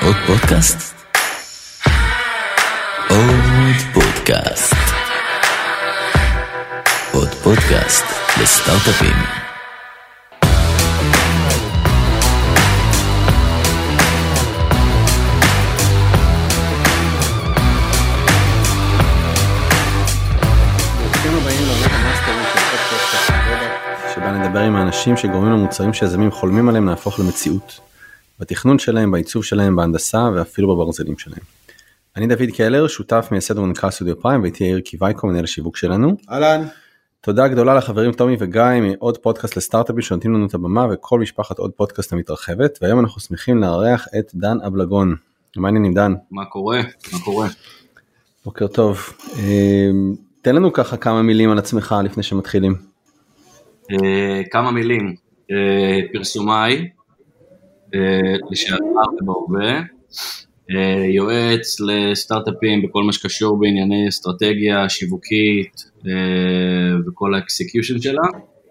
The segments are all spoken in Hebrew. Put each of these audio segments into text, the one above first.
עוד פודקאסט? עוד פודקאסט. עוד פודקאסט לסטארט-אפים. שבה נדבר עם האנשים שגורמים למוצרים שיזמים חולמים עליהם להפוך למציאות. בתכנון שלהם, בעיצוב שלהם, בהנדסה ואפילו בברזלים שלהם. אני דוד קלר, שותף מייסד ומנכ"ל סטודיו פריים, ואיתי יאיר קיווייקו, מנהל השיווק שלנו. אהלן. תודה גדולה לחברים תומי וגיא מעוד פודקאסט לסטארט-אפים שנותנים לנו את הבמה, וכל משפחת עוד פודקאסט המתרחבת, והיום אנחנו שמחים לארח את דן אבלגון. מה העניינים דן? מה קורה? בוקר טוב. תן לנו ככה כמה מילים על עצמך לפני שמתחילים. כמה מילים. פרסומאי, לשעבר ובהווה, יועץ לסטארט-אפים בכל מה שקשור בענייני אסטרטגיה, שיווקית וכל האקסקיושן שלה,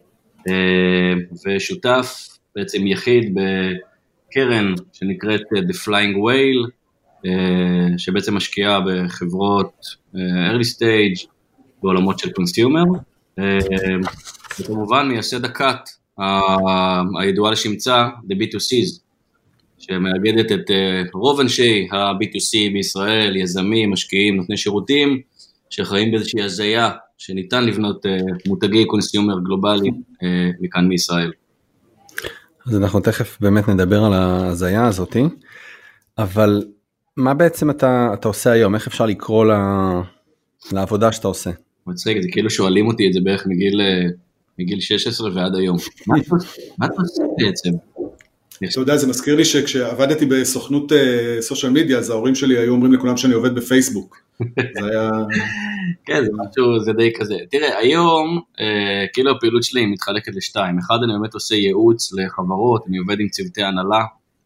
ושותף בעצם יחיד בקרן שנקראת The Flying Whale, שבעצם משקיעה בחברות early stage בעולמות של קונסיומר, וכמובן מייסד הקאט הידועה לשמצה, The B2Cs, שמאגדת את רוב אנשי ה-B2C בישראל, יזמים, משקיעים, נותני שירותים, שחיים באיזושהי הזיה, שניתן לבנות מותגי קונסיומר גלובלי מכאן מישראל. אז אנחנו תכף באמת נדבר על ההזיה הזאת, אבל מה בעצם אתה עושה היום? איך אפשר לקרוא לעבודה שאתה עושה? מצחיק, זה כאילו שואלים אותי את זה בערך מגיל 16 ועד היום. מה אתה עושה בעצם? אתה יודע, זה מזכיר לי שכשעבדתי בסוכנות סושיאל מדיה, אז ההורים שלי היו אומרים לכולם שאני עובד בפייסבוק. זה היה... כן, זה משהו, זה די כזה. תראה, היום, כאילו הפעילות שלי מתחלקת לשתיים. אחד, אני באמת עושה ייעוץ לחברות, אני עובד עם צוותי הנהלה,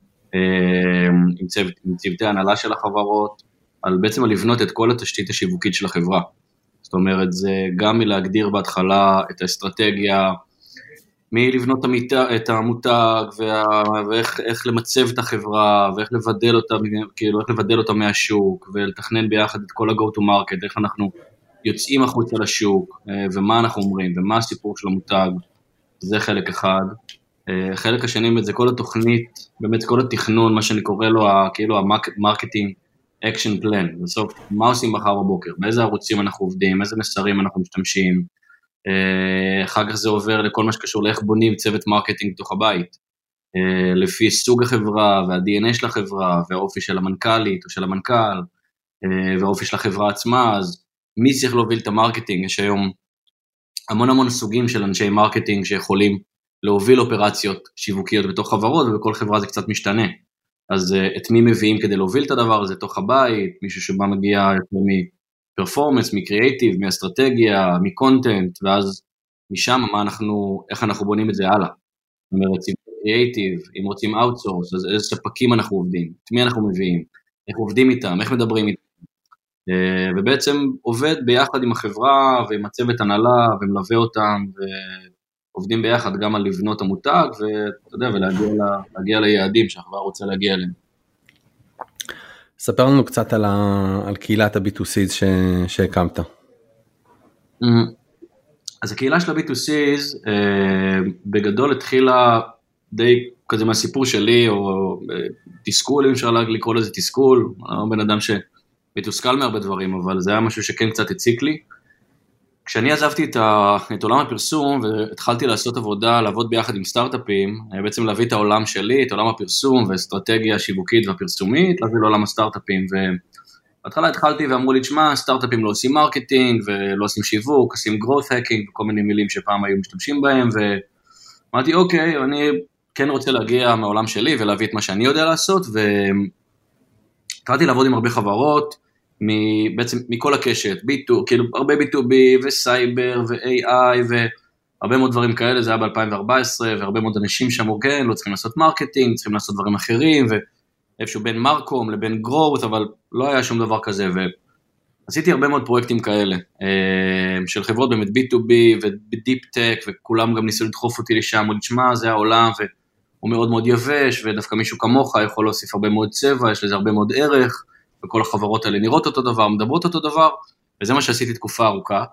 עם צוותי הנהלה של החברות, בעצם לבנות את כל התשתית השיווקית של החברה. זאת אומרת, זה גם מלהגדיר בהתחלה את האסטרטגיה, מלבנות את המותג, ואיך למצב את החברה, ואיך לבדל אותה, כאילו, איך לבדל אותה מהשוק, ולתכנן ביחד את כל ה-go to market, איך אנחנו יוצאים החוצה לשוק, ומה אנחנו אומרים, ומה הסיפור של המותג, זה חלק אחד. חלק השני, זה כל התוכנית, באמת כל התכנון, מה שאני קורא לו, כאילו המרקטינג אקשן פלן, בסוף, מה עושים מחר בבוקר, באיזה ערוצים אנחנו עובדים, איזה מסרים אנחנו משתמשים, אחר כך זה עובר לכל מה שקשור לאיך בונים צוות מרקטינג בתוך הבית, לפי סוג החברה וה-DNA של החברה, והאופי של המנכ"לית או של המנכ"ל, והאופי של החברה עצמה, אז מי צריך להוביל את המרקטינג? יש היום המון סוגים של אנשי מרקטינג שיכולים להוביל אופרציות שיווקיות בתוך חברות, ובכל חברה זה קצת משתנה. אז את מי מביאים כדי להוביל את הדבר הזה תוך הבית, מישהו שבא מגיע מפרפורמנס, מקריאייטיב, מאסטרטגיה, מקונטנט, ואז משם איך אנחנו בונים את זה הלאה. זאת אומרת, אם קריאייטיב, אם רוצים אאוטסורס, אז איזה ספקים אנחנו עובדים, את מי אנחנו מביאים, איך עובדים איתם, איך מדברים איתם, ובעצם עובד ביחד עם החברה ועם הצוות הנהלה ומלווה אותם עובדים ביחד גם על לבנות המותג, ואתה יודע, ולהגיע ליעדים שהחברה רוצה להגיע אליהם. ספר לנו קצת על קהילת ה-B2Cs שהקמת. אז הקהילה של ה-B2Cs, בגדול התחילה די כזה מהסיפור שלי, או תסכול, אם אפשר לקרוא לזה תסכול, בן אדם שמתוסכל מהרבה דברים, אבל זה היה משהו שכן קצת הציק לי, כשאני עזבתי את עולם הפרסום, והתחלתי לעשות עבודה, לעבוד ביחד עם סטארט-אפים, בעצם להביא את העולם שלי, את עולם הפרסום, ואסטרטגיה השיווקית והפרסומית, להביא לעולם הסטארט-אפים, ובהתחלה התחלתי ואמרו לי, תשמע, סטארט-אפים לא עושים מרקטינג, ולא עושים שיווק, עושים growth hacking, וכל מיני מילים שפעם היו משתמשים בהם, ואמרתי, אוקיי, אני כן רוצה להגיע מהעולם שלי, ולהביא את מה שאני יודע לעשות, והתחלתי לעבוד עם הרבה חברות, בעצם מכל הקשת, כאילו הרבה B2B וסייבר ו-AI והרבה מאוד דברים כאלה, זה היה ב-2014, והרבה מאוד אנשים שאמרו, כן, לא צריכים לעשות מרקטינג, צריכים לעשות דברים אחרים, ואיפשהו בין מרקום לבין growth, אבל לא היה שום דבר כזה, ועשיתי הרבה מאוד פרויקטים כאלה, של חברות באמת B2B ו-Deep Tech, וכולם גם ניסו לדחוף אותי לשם, ולשמע, זה העולם, הוא מאוד מאוד יבש, ודווקא מישהו כמוך יכול להוסיף הרבה מאוד צבע, יש לזה הרבה מאוד ערך, וכל החברות האלה נראות אותו דבר, מדברות אותו דבר, וזה מה שעשיתי תקופה ארוכה.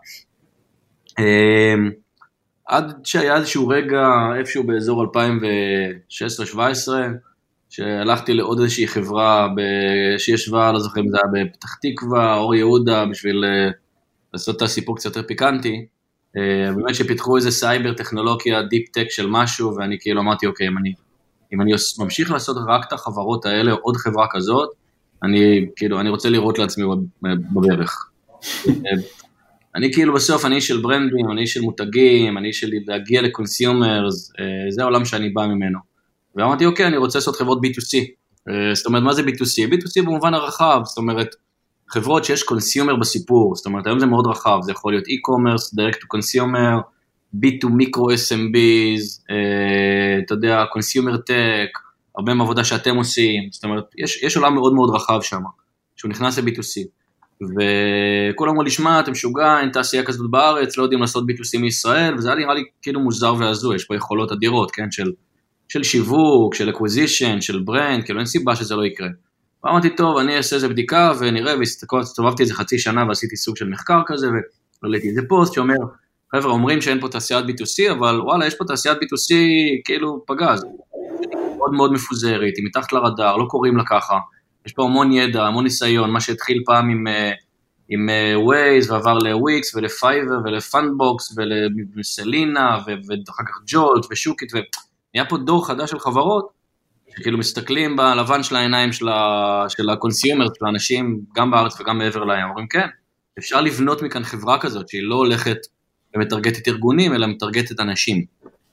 עד שהיה איזשהו רגע, איפשהו באזור 2016-2017, שהלכתי לעוד איזושהי חברה שישבה, לא זוכר אם זה היה בפתח תקווה, אור יהודה, בשביל לעשות את הסיפור קצת יותר פיקנטי, באמת שפיתחו איזה סייבר טכנולוגיה, דיפ טק של משהו, ואני כאילו אמרתי, אוקיי, אם אני ממשיך לעשות רק את החברות האלה, או עוד חברה כזאת, אני רוצה לראות לעצמי בברך. אני כאילו בסוף, אני של ברנדים, אני של מותגים, אני של להגיע לקונסיומרס, זה העולם שאני בא ממנו. ואמרתי, אוקיי, אני רוצה לעשות חברות B2C. זאת אומרת, מה זה B2C? B2C במובן הרחב, זאת אומרת, חברות שיש קונסיומר בסיפור, זאת אומרת, היום זה מאוד רחב, זה יכול להיות e-commerce, direct to consumer, B2 micro SMBs, אתה יודע, consumer tech, הרבה מעבודה שאתם עושים, זאת אומרת, יש עולם מאוד מאוד רחב שם, שהוא נכנס ל-B2C, וכולם אמרו לשמע, אתם משוגע, אין תעשייה כזאת בארץ, לא יודעים לעשות B2C מישראל, וזה היה נראה לי כאילו מוזר והזוי, יש פה יכולות אדירות, כן, של שיווק, של acquisition, של ברנד, כאילו אין סיבה שזה לא יקרה. ואמרתי, טוב, אני אעשה איזה בדיקה ונראה, והסתובבתי איזה חצי שנה ועשיתי סוג של מחקר כזה, וראיתי איזה פוסט שאומר, חבר'ה, אומרים שאין פה תעשיית B2C, אבל וואלה, יש פה תעשיית B2C כאילו פגז, מאוד מאוד מפוזרת, היא מתחת לרדאר, לא קוראים לה ככה, יש פה המון ידע, המון ניסיון, מה שהתחיל פעם עם Waze, ועבר ל-Wix ולפייבר ולפאנדבוקס ולסלינה, ואחר כך ג'ולט ושוקית, ונהיה פה דור חדש של חברות, שכאילו מסתכלים בלבן של העיניים של הקונסיומרס, של האנשים גם בארץ וגם מעבר להם, אומרים כן, אפשר לבנות מכאן חברה כזאת, שהיא לא הולכת ומתרגטת ארגונים, אלא מתרגטת אנשים.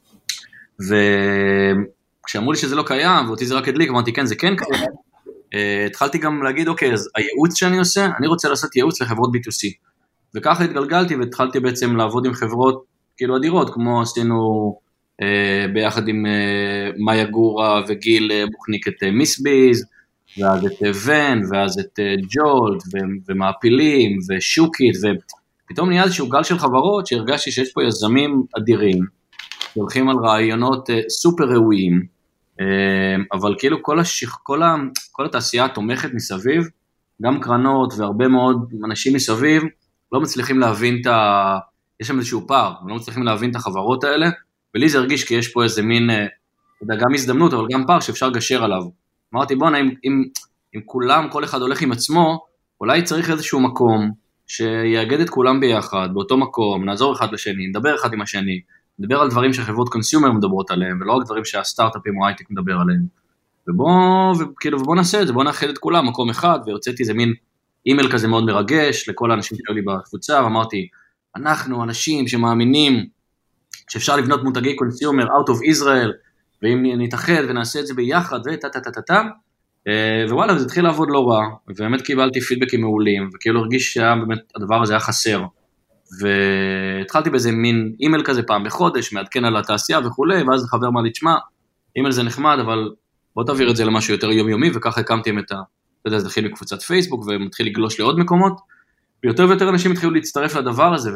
וכשאמרו לי שזה לא קיים, ואותי זה רק הדליק, אמרתי כן, זה כן קיים, התחלתי גם להגיד, אוקיי, אז הייעוץ שאני עושה, אני רוצה לעשות ייעוץ לחברות B2C. וככה התגלגלתי, והתחלתי בעצם לעבוד עם חברות כאילו אדירות, כמו עשינו ביחד עם מאיה גורה וגיל בוחניק את מיסביז, ואז את ון, ואז את ג'ולט, ומעפילים, ושוקית, ופתאום נהיה איזשהו גל של חברות, שהרגשתי שיש פה יזמים אדירים, שהולכים על רעיונות סופר ראויים, אבל כאילו כל התעשייה התומכת מסביב, גם קרנות והרבה מאוד אנשים מסביב, לא מצליחים להבין יש שם איזשהו פער, לא מצליחים להבין את החברות האלה, ולי זה הרגיש כי יש פה איזה מין, גם הזדמנות, אבל גם פער שאפשר לגשר עליו. אמרתי, בוא'נה, אם כולם, כל אחד הולך עם עצמו, אולי צריך איזשהו מקום, שיאגד את כולם ביחד, באותו מקום, נעזור אחד לשני, נדבר אחד עם השני, נדבר על דברים שחברות קונסיומר מדברות עליהם, ולא רק דברים שהסטארט-אפים או הייטק מדבר עליהם. ובוא נעשה את זה, בוא נאחד את כולם, מקום אחד, והרציתי איזה מין אימייל כזה מאוד מרגש, לכל האנשים שהיו לי בקבוצה, ואמרתי, אנחנו אנשים שמאמינים, שאפשר לבנות מותגי קונסיומר out of Israel, ואם נתאחד ונעשה את זה ביחד, ווואלה, זה התחיל לעבוד לא רע, ובאמת קיבלתי פידבקים מעולים, וכאילו הרגיש שבאמת הדבר הזה היה חסר, והתחלתי באיזה מין אימייל כזה פעם בחודש, מעדכן על התעשייה וכולי, ואז חבר מה לי, תשמע, אימייל זה נחמד, אבל בוא תעביר את זה למשהו יותר יומיומי, וככה הקמתי את זה התחיל מקבוצת פייסבוק, ומתחיל לגלוש לעוד מקומות, ויותר ויותר אנשים התחילו להצטרף לדבר הזה,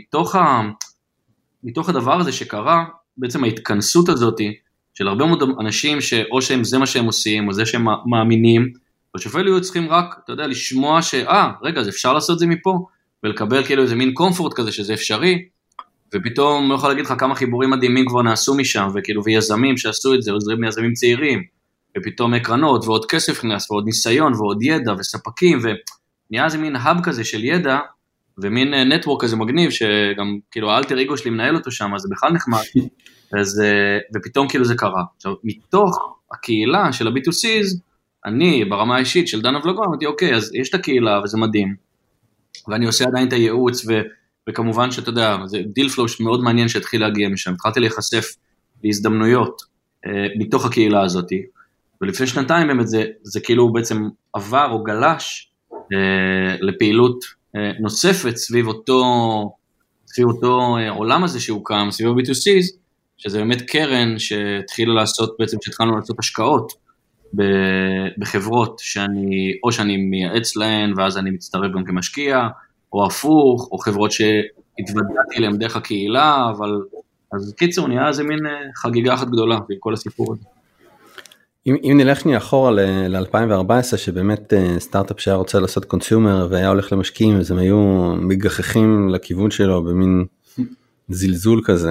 מתוך הדבר הזה שקרה, בעצם ההתכנסות הזאת, של הרבה מאוד אנשים שאו שהם זה מה שהם עושים, או זה שהם מאמינים, ושופל היו צריכים רק, אתה יודע, לשמוע רגע, אז אפשר לעשות את זה מפה, ולקבל כאילו איזה מין קומפורט כזה שזה אפשרי, ופתאום לא יכול להגיד לך כמה חיבורים מדהימים כבר נעשו משם, וכאילו ויזמים שעשו את זה, עוזרים מיזמים צעירים, ופתאום הקרנות, ועוד כסף נכנס, ועוד ניסיון, ועוד ידע, וספקים, ונהיה איזה מין האב כזה של ידע, ומין נטוורק כזה מגניב, שגם כאילו האלטר אגו שלי מנהל אותו שם, אז זה בכלל נחמד, ופתאום כאילו זה קרה. עכשיו, מתוך הקהילה של ה-B2Cs, אני ברמה האישית של דנה ולגון, אמרתי, אוקיי, אז יש את הקהילה, וזה מדהים, ואני עושה עדיין את הייעוץ, וכמובן שאתה יודע, זה דיל פלו מאוד מעניין שהתחיל להגיע משם, התחלתי להיחשף להזדמנויות מתוך הקהילה הזאת, ולפני שנתיים באמת זה כאילו בעצם עבר או גלש לפעילות נוספת סביב אותו עולם הזה שהוקם, סביב ה-B2Cs, שזה באמת קרן שהתחילה לעשות, בעצם שהתחלנו לעשות השקעות בחברות או שאני מייעץ להן, ואז אני מצטרף גם כמשקיע, או הפוך, או חברות שהתוודעתי להם דרך הקהילה, אבל אז קיצור, נהיה איזה מין חגיגה אחת גדולה, בכל הסיפור הזה. אם נלך שנייה אחורה ל-2014, שבאמת סטארט-אפ שהיה רוצה לעשות קונסיומר והיה הולך למשקיעים, אז הם היו מגחכים לכיוון שלו במין זלזול כזה.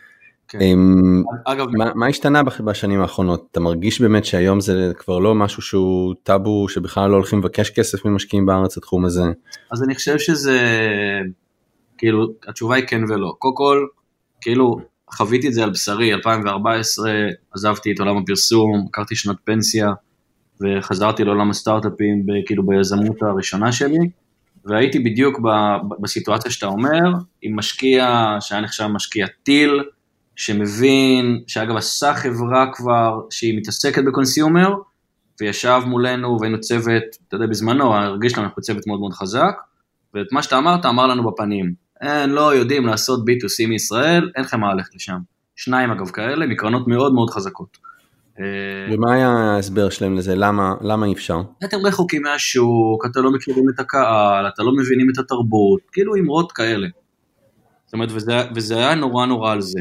אגב, מה השתנה בשנים האחרונות? אתה מרגיש באמת שהיום זה כבר לא משהו שהוא טאבו, שבכלל לא הולכים לבקש כסף ממשקיעים בארץ התחום הזה? אז אני חושב שזה, כאילו, התשובה היא כן ולא. קודם כל, כאילו, חוויתי את זה על בשרי, 2014, עזבתי את עולם הפרסום, הכרתי שנת פנסיה, וחזרתי לעולם הסטארט-אפים, כאילו ביזמות הראשונה שלי, והייתי בדיוק בסיטואציה שאתה אומר, עם משקיע, שהיה נחשב משקיע טיל, שמבין, שאגב עשה חברה כבר, שהיא מתעסקת בקונסיומר, וישב מולנו, והיינו צוות, אתה יודע, בזמנו, הרגיש לנו צוות מאוד מאוד חזק, ואת מה שאתה אמרת, אמר לנו בפנים, לא יודעים לעשות B2C מישראל, אין לכם מה ללכת לשם. 2 אגב כאלה, מקרנות מאוד מאוד חזקות. ומה היה ההסבר שלהם לזה? למה אי אפשר? אתם רחוקים מהשוק, אתה לא מכירים את הקהל, אתה לא מבינים את התרבות, כאילו אמרות כאלה. זאת אומרת, וזה היה נורא נורא על זה.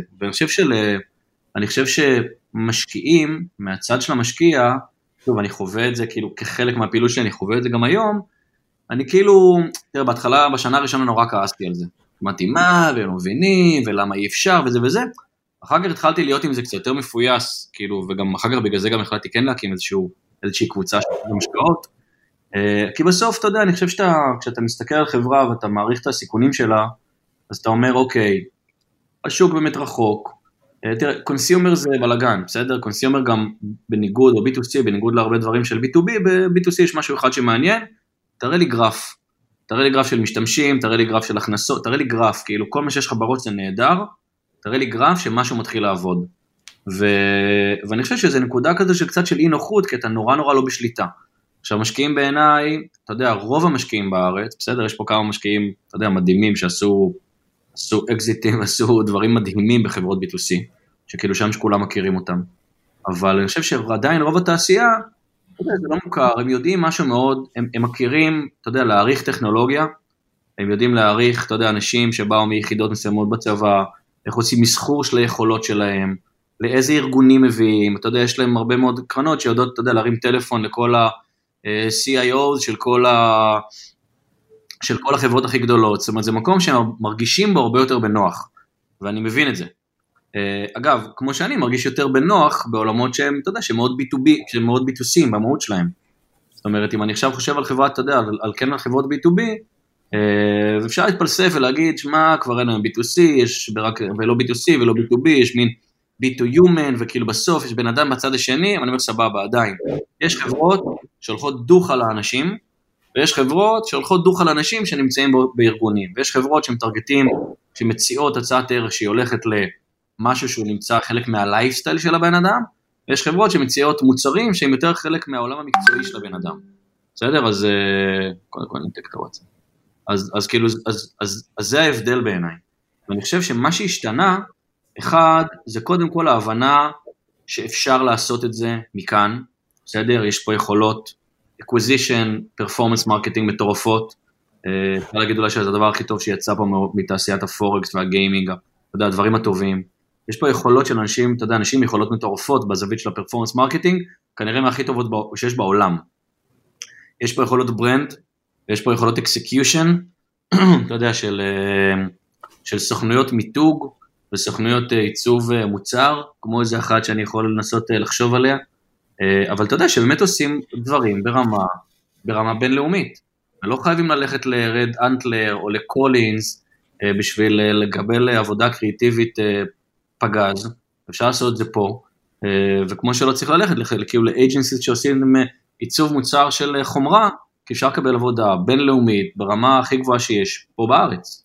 ואני חושב שמשקיעים, מהצד של המשקיע, טוב, אני חווה את זה כאילו כחלק מהפעילות שלי, אני חווה את זה גם היום, אני כאילו, תראה, בהתחלה, בשנה הראשונה נורא כעסתי על זה. אמרתי, מה, והם לא מבינים, ולמה אי אפשר, וזה וזה. אחר כך התחלתי להיות עם זה קצת יותר מפויס, כאילו, וגם אחר כך בגלל זה גם החלטתי כן להקים איזושהי קבוצה של משקעות. כי בסוף, אתה יודע, אני חושב כשאתה מסתכל על חברה, ואתה מעריך את הסיכונים שלה, אז אתה אומר, אוקיי, השוק באמת רחוק. תראה, קונסיומר זה בלגן, בסדר? קונסיומר גם בניגוד, או B2C, בניגוד להרבה דברים של B2B, ב-B2C יש משהו אחד שמעניין, תראה לי גרף של משתמשים, תראה לי גרף של הכנסות, תראה לי גרף, כאילו כל מה שיש לך בראש זה נהדר, תראה לי גרף שמשהו מתחיל לעבוד. ואני חושב שזה נקודה כזה של קצת של אי נוחות, כי אתה נורא נורא לא בשליטה. עכשיו משקיעים בעיניי, אתה יודע, רוב המשקיעים בארץ, בסדר, יש פה כמה משקיעים, אתה יודע, מדהימים שעשו אקזיטים, עשו דברים מדהימים בחברות B2C, שכאילו שם שכולם מכירים אותם. אבל אני חושב שעדיין רוב התעשייה, אתה יודע, זה לא מוכר, הם יודעים משהו מאוד, הם מכירים, אתה יודע, להעריך טכנולוגיה, הם יודעים להעריך, אתה יודע, אנשים שבאו מיחידות מסוימות בצבא, איך עושים מסחור של היכולות שלהם, לאיזה ארגונים מביאים, אתה יודע, יש להם הרבה מאוד קרנות שיודעות, אתה יודע, להרים טלפון לכל ה-CIOs של כל החברות הכי גדולות, זאת אומרת, זה מקום שהם מרגישים בו הרבה יותר בנוח, ואני מבין את זה. אגב, כמו שאני מרגיש יותר בנוח בעולמות שהם, אתה יודע, שמאוד B2B, שמאוד B2C במהות שלהם. זאת אומרת, אם אני עכשיו חושב על חברת, אתה יודע, על כן על חברות B2B, ואפשר להתפלסף ולהגיד, שמה, כבר אין היום B2C, יש ולא B2C ולא B2B, יש מין B2Human, וכאילו בסוף יש בן אדם בצד השני, אבל אני אומר סבבה, עדיין. יש חברות שהולכות דוך על האנשים, ויש חברות שהולכות דוך על אנשים שנמצאים בארגונים, ויש חברות שמטרגטים, שמציעות הצעת ערך שהיא הולכת למשהו שהוא נמצא חלק מהלייפסטייל של הבן אדם, ויש חברות שמציעות מוצרים שהם יותר חלק מהעולם המקצועי של הבן אדם. בסדר? אז קודם כל נתק את הוואטסאפ. אז כאילו, אז זה ההבדל בעיניי. ואני חושב שמה שהשתנה, אחד, זה קודם כל ההבנה שאפשר לעשות את זה מכאן, בסדר? יש פה יכולות, acquisition, performance marketing מטורפות, אפשר להגיד אולי שזה הדבר הכי טוב שיצא פה מתעשיית הפורקס והגיימינג, אתה יודע, הדברים הטובים. יש פה יכולות של אנשים, אתה יודע, אנשים יכולות מטורפות בזווית של הפרפורמנס מרקטינג, כנראה מהכי טובות שיש בעולם. יש פה יכולות ברנד, ויש פה יכולות אקסקיושן, אתה יודע, של סוכנויות מיתוג, וסוכנויות עיצוב מוצר, כמו איזה אחת שאני יכול לנסות לחשוב עליה, אבל אתה יודע שבאמת עושים דברים ברמה בינלאומית, ולא חייבים ללכת לרד אנטלר או לקולינס, בשביל לקבל עבודה קריאטיבית פגז, אפשר לעשות את זה פה, וכמו שלא צריך ללכת, כאילו לאג'נסיס שעושים עיצוב מוצר של חומרה, כי אפשר לקבל עבודה בינלאומית, ברמה הכי גבוהה שיש פה בארץ,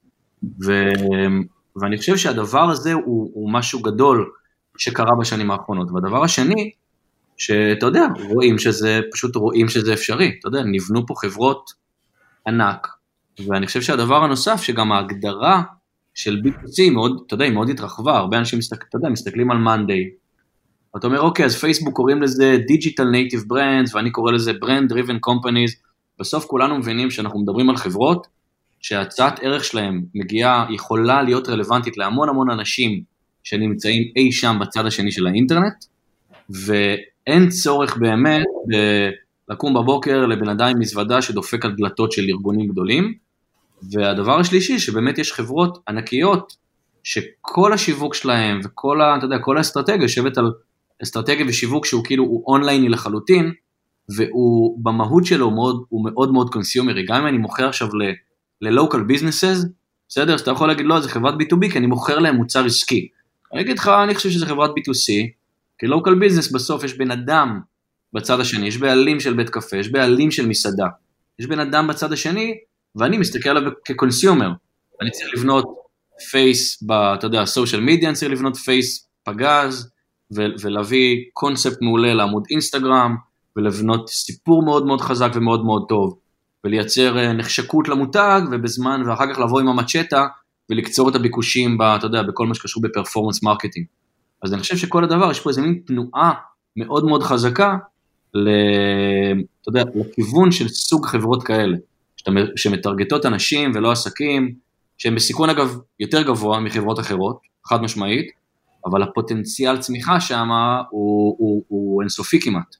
ואני חושב שהדבר הזה הוא משהו גדול שקרה בשנים האחרונות, והדבר השני, שאתה יודע, פשוט רואים שזה אפשרי, אתה יודע, נבנו פה חברות ענק, ואני חושב שהדבר הנוסף, שגם ההגדרה של B2C מאוד, אתה יודע, היא מאוד התרחבה, הרבה אנשים מסתכלים על Monday, ואתה אומר, אוקיי, אז פייסבוק קוראים לזה Digital Native Brands, ואני קורא לזה Brand Driven Companies, בסוף כולנו מבינים שאנחנו מדברים על חברות, שהצעת ערך שלהם יכולה להיות רלוונטית להמון המון אנשים, שנמצאים אי שם בצד השני של האינטרנט, אין צורך באמת לקום בבוקר לבן אדם עם מזוודה שדופק על דלתות של ארגונים גדולים, והדבר השלישי, שבאמת יש חברות ענקיות, שכל השיווק שלהם, וכל אתה יודע, כל האסטרטגיה, יושבת על אסטרטגיה ושיווק שהוא כאילו, הוא אונלייני לחלוטין, והוא במהות שלו הוא מאוד מאוד קונסיומרי, גם אם אני מוכר עכשיו ל-local businesses, בסדר, אז אתה יכול להגיד, לא, זה חברת B2B, כי אני מוכר להם מוצר עסקי. אני אגיד לך, אני חושב שזה חברת B2C, כי local business בסוף יש בן אדם בצד השני, יש בעלים של בית קפה, יש בעלים של מסעדה, יש בן אדם בצד השני, ואני מסתכל עליו כקונסיומר, אני צריך לבנות פייס, אתה יודע, סושיאל מדיה, אני צריך לבנות פייס פגז, ולהביא קונספט מעולה לעמוד אינסטגרם, ולבנות סיפור מאוד מאוד חזק ומאוד מאוד טוב, ולייצר נחשקות למותג, ובזמן, ואחר כך לבוא עם המצ'טה, ולקצור את הביקושים, אתה יודע, בכל מה שקשור בפרפורמנס מרקטינג. אז אני חושב שכל הדבר, יש פה איזו מין תנועה מאוד מאוד חזקה, אתה יודע, לכיוון של סוג חברות כאלה, שמטרגטות אנשים ולא עסקים, שהם בסיכון אגב יותר גבוה מחברות אחרות, חד משמעית, אבל הפוטנציאל צמיחה שם הוא אינסופי כמעט.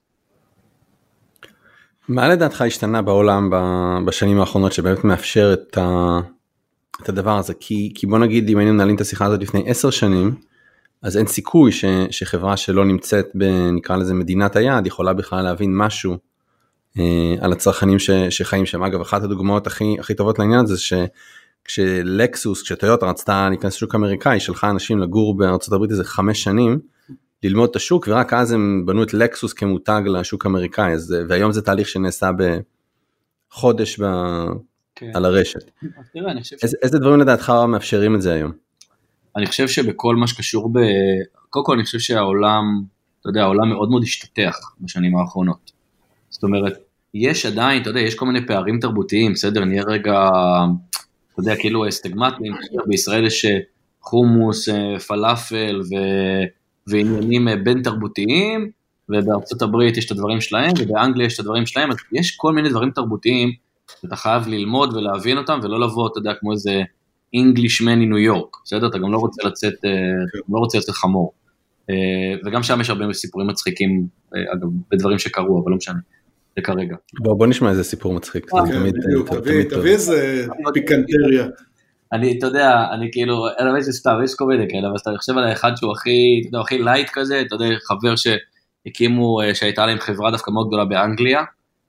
מה לדעתך השתנה בעולם בשנים האחרונות שבאמת מאפשר את הדבר הזה? כי בוא נגיד, אם היינו מנהלים את השיחה הזאת לפני 10 שנים, אז אין סיכוי שחברה שלא נמצאת נקרא לזה מדינת היעד, יכולה בכלל להבין משהו על הצרכנים שחיים שם. אגב, אחת הדוגמאות הכי טובות לעניין זה כשלקסוס, כשטויוטה רצתה להיכנס לשוק אמריקאי, שלחה אנשים לגור בארצות הברית איזה 5 שנים, ללמוד את השוק, ורק אז הם בנו את לקסוס כמותג לשוק אמריקאי, והיום זה תהליך שנעשה בחודש על הרשת. איזה דברים לדעתך מאפשרים את זה היום? אני חושב שבכל מה שקשור קודם כל אני חושב שהעולם, אתה יודע, העולם מאוד מאוד השתתח בשנים האחרונות. זאת אומרת, יש עדיין, אתה יודע, יש כל מיני פערים תרבותיים, בסדר, נהיה רגע, אתה יודע, כאילו אסטגמטים, בישראל יש חומוס, פלאפל ועניינים בין תרבותיים, ובארצות הברית יש את הדברים שלהם, ובאנגליה יש את הדברים שלהם, אז יש כל מיני דברים תרבותיים, שאתה חייב ללמוד ולהבין אותם, ולא לבוא, אתה יודע, כמו איזה Englishman מניו יורק, בסדר? אתה גם לא רוצה לצאת חמור. וגם שם יש הרבה סיפורים מצחיקים, אגב, בדברים שקרו, אבל לא משנה, זה כרגע. בוא נשמע איזה סיפור מצחיק. תביא איזה פיקנטריה. אתה יודע, אני כאילו, יש קומדיה כאלה, אבל אתה חושב על האחד שהוא הכי לייט כזה, אתה יודע, חבר שהקימו, שהייתה להם חברה דווקא מאוד גדולה באנגליה,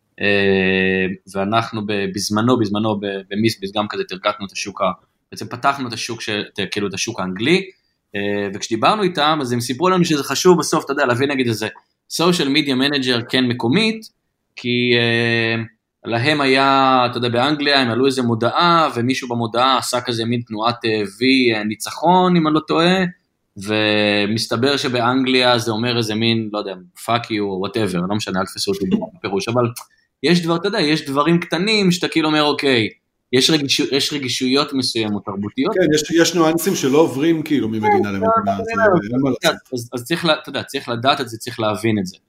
ואנחנו בזמנו במיסביס גם כזה תרגטנו את השוק, בעצם פתחנו את השוק, כאילו את השוק האנגלי, וכשדיברנו איתם, אז הם סיפרו לנו שזה חשוב בסוף, אתה יודע, להביא נגיד איזה סושיאל מדיה מנג'ר כן מקומית, כי להם היה, אתה יודע, באנגליה, הם עלו איזה מודעה, ומישהו במודעה עשה כזה מין תנועת וי ניצחון, אם אני לא טועה, ומסתבר שבאנגליה זה אומר איזה מין, לא יודע, פאקי או whatever, לא משנה, אל תפסו אותי בפירוש, אבל יש דבר, אתה יודע, יש דברים קטנים שאתה כאילו אומר, אוקיי, יש רגישויות מסוימות תרבותיות. כן, יש ניואנסים שלא עוברים כאילו ממדינה למדינה. אז צריך לדעת את זה, צריך להבין את זה.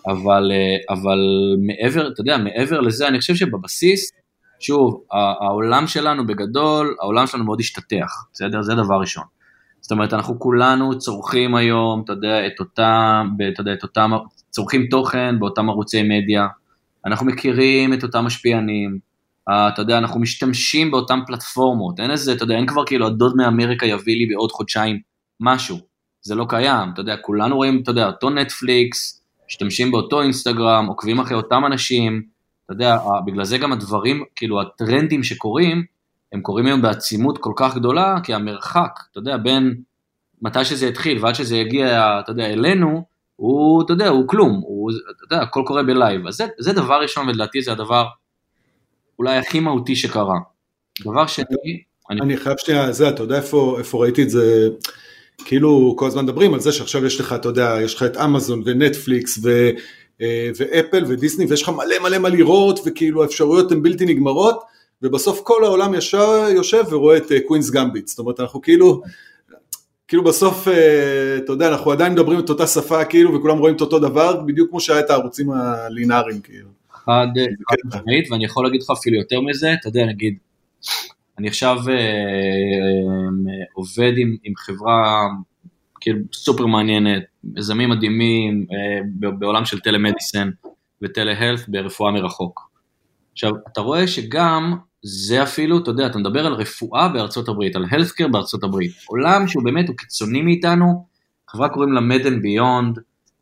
אבל מעבר, אתה יודע, מעבר לזה, אני חושב שבבסיס, שוב, העולם שלנו בגדול, העולם שלנו מאוד השתתח, בסדר? זה דבר ראשון. זאת אומרת, אנחנו כולנו צורכים היום, אתה יודע, את אותם, צורכים תוכן באותם ערוצי מדיה, אנחנו מכירים את אותם משפיענים, אתה יודע, אנחנו משתמשים באותם פלטפורמות, אין איזה, אתה יודע, אין כבר כאילו, הדוד מאמריקה יביא לי בעוד חודשיים משהו, זה לא קיים, אתה יודע, כולנו רואים, אתה יודע, אותו נטפליקס, משתמשים באותו אינסטגרם, עוקבים אחרי אותם אנשים, אתה יודע, בגלל זה גם הדברים, כאילו, הטרנדים שקורים, הם קוראים היום בעצימות כל כך גדולה, כי המרחק, אתה יודע, בין מתי שזה התחיל, ועד שזה יגיע, אתה יודע, אלינו, הוא, אתה יודע, הוא כלום, הוא, אתה יודע, הכל קורה בלייב, אז זה דבר ראשון, ולדעתי זה הדבר אולי הכי מהותי שקרה. דבר שני, אני חייב שנייה, זה, אתה יודע איפה ראיתי את זה, כאילו כל הזמן מדברים על זה שעכשיו יש לך, אתה יודע, יש לך את אמזון ונטפליקס ואפל ודיסני, ויש לך מלא מלא לראות, וכאילו האפשרויות הן בלתי נגמרות, ובסוף כל העולם יושב ורואה את קווינס גמביט, זאת אומרת, אנחנו כאילו בסוף, אתה יודע, אנחנו עדיין מדברים את אותה שפה, כאילו, וכולם רואים את אותו דבר, בדיוק כמו שהיה את הערוצים הלינאריים, כאילו. חד משמעית, ואני יכול להגיד לך אפילו יותר מזה, אתה יודע, נגיד, אני עכשיו עובד עם חברה כאילו סופר מעניינת, מיזמים מדהימים בעולם של טלמדיסן וטלהלף ברפואה מרחוק. עכשיו, אתה רואה שגם זה אפילו, אתה יודע, אתה מדבר על רפואה בארצות הברית, על healthcare בארצות הברית, עולם שהוא באמת, הוא קיצוני מאיתנו, חברה קוראים לה Med and Beyond,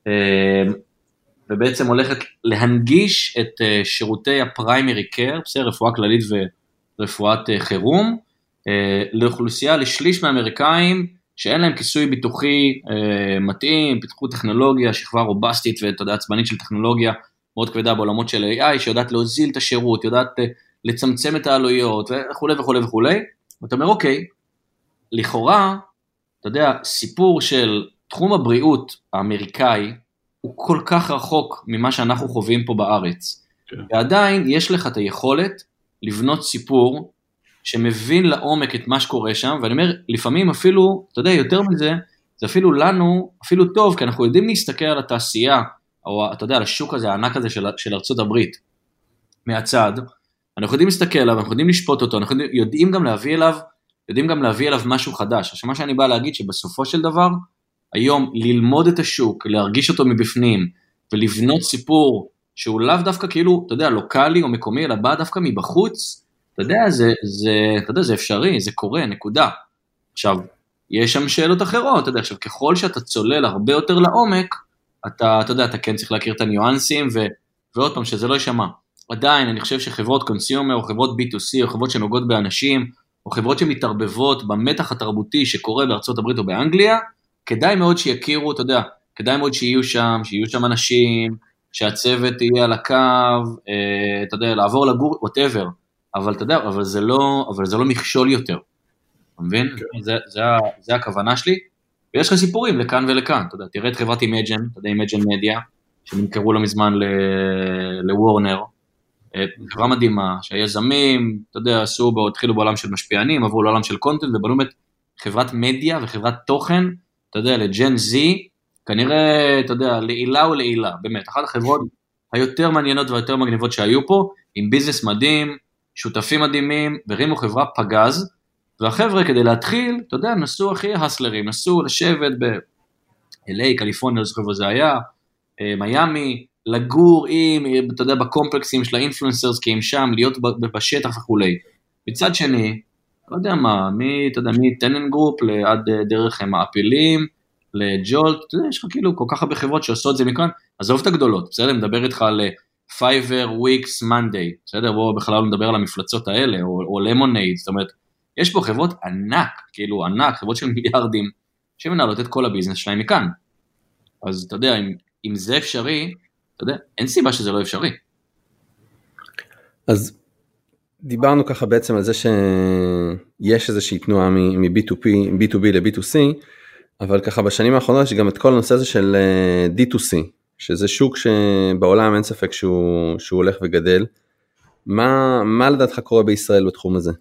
ובעצם הולכת להנגיש את שירותי הפריימרי קר, בסדר, רפואה כללית ורפואת חירום, לאוכלוסייה, לשליש מהאמריקאים, שאין להם כיסוי ביטוחי מתאים, פיתחו טכנולוגיה, שכבה רובסטית ואתה יודע, עצבנית של טכנולוגיה, מאוד כבדה בעולמות של AI, שיודעת להוזיל את השירות, יודעת לצמצם את העלויות, וכו' וכו' וכו'. ואתה אומר, אוקיי, לכאורה, אתה יודע, סיפור של תחום הבריאות האמריקאי, הוא כל כך רחוק ממה שאנחנו חווים פה בארץ. כן. ועדיין יש לך את היכולת לבנות סיפור, שמבין לעומק את מה שקורה שם, ואני אומר, לפעמים אפילו, אתה יודע, יותר מזה, זה אפילו לנו, אפילו טוב, כי אנחנו יודעים להסתכל על התעשייה, או אתה יודע, על השוק הזה, הענק הזה של ארצות הברית, מהצד, אנחנו יודעים להסתכל עליו, אנחנו יודעים לשפוט אותו, אנחנו יודעים גם להביא אליו משהו חדש. עכשיו, מה שאני בא להגיד, שבסופו של דבר, היום ללמוד את השוק, להרגיש אותו מבפנים, ולבנות סיפור, שהוא לאו דווקא כאילו, אתה יודע, לוקלי או מקומי, אלא בא דווקא מבחוץ, אתה יודע, זה אפשרי, זה קורה, נקודה. עכשיו, יש שם שאלות אחרות, אתה יודע, עכשיו, ככל שאתה צולל הרבה יותר לעומק, אתה יודע, אתה כן צריך להכיר את הניואנסים, ועוד פעם, שזה לא יישמע. עדיין, אני חושב שחברות קונסיומר, או חברות B2C, או חברות שנוגעות באנשים, או חברות שמתערבבות במתח התרבותי שקורה בארצות הברית או באנגליה, כדאי מאוד שיכירו, אתה יודע, כדאי מאוד שיהיו שם אנשים, שהצוות יהיה על הקו, אתה יודע, לעבור לגור, whatever. אבל אתה יודע, אבל זה לא מכשול יותר, אתה מבין? זה הכוונה שלי, ויש לך סיפורים לכאן ולכאן, אתה יודע, תראה את חברת אימג'ן, אתה יודע, אימג'ן מדיה, שנמכרו לא מזמן לוורנר, חברה מדהימה, שהיזמים, אתה יודע, התחילו בעולם של משפיענים, עברו לעולם של קונטנט, ובנו את חברת מדיה וחברת תוכן, אתה יודע, לג'ן זי, כנראה, אתה יודע, לעילה ולעילה, באמת, אחת החברות היותר מעניינות והיותר מגניבות שהיו פה, עם ביזנס מדהים, שותפים מדהימים, ורימו חברה פגז, והחבר'ה כדי להתחיל, אתה יודע, נסו הכי הסלרים, נסו לשבת ב-LA, קליפורניה, לא זוכר זה היה, מיאמי, לגור עם, אתה יודע, בקומפלקסים של האינפלואנסרס, כי הם שם, להיות בשטח וכולי. מצד שני, לא יודע מה, אתה יודע, מטנן גרופ, עד דרך מעפילים, לג'ולט, אתה יודע, יש לך כאילו כל כך הרבה חברות שעושות את זה מכאן, עזוב את הגדולות, בסדר, מדבר איתך על Fiverr, Wix, Monday, בסדר, בואו בכלל לא נדבר על המפלצות האלה, או Lemonade, זאת אומרת, יש פה חברות ענק, כאילו ענק, חברות של מיליארדים, שמנהלות את כל הביזנס שלהם מכאן. אז אתה יודע, אם זה אפשרי, אתה יודע, אין סיבה שזה לא אפשרי. אז דיברנו ככה בעצם על זה שיש איזושהי תנועה מ-B2B ל-B2C, אבל ככה בשנים האחרונות יש גם את כל הנושא הזה של D2C, שזה שוק שבעולם אין ספק שהוא הולך וגדל. מה לדעתך קורה בישראל בתחום הזה?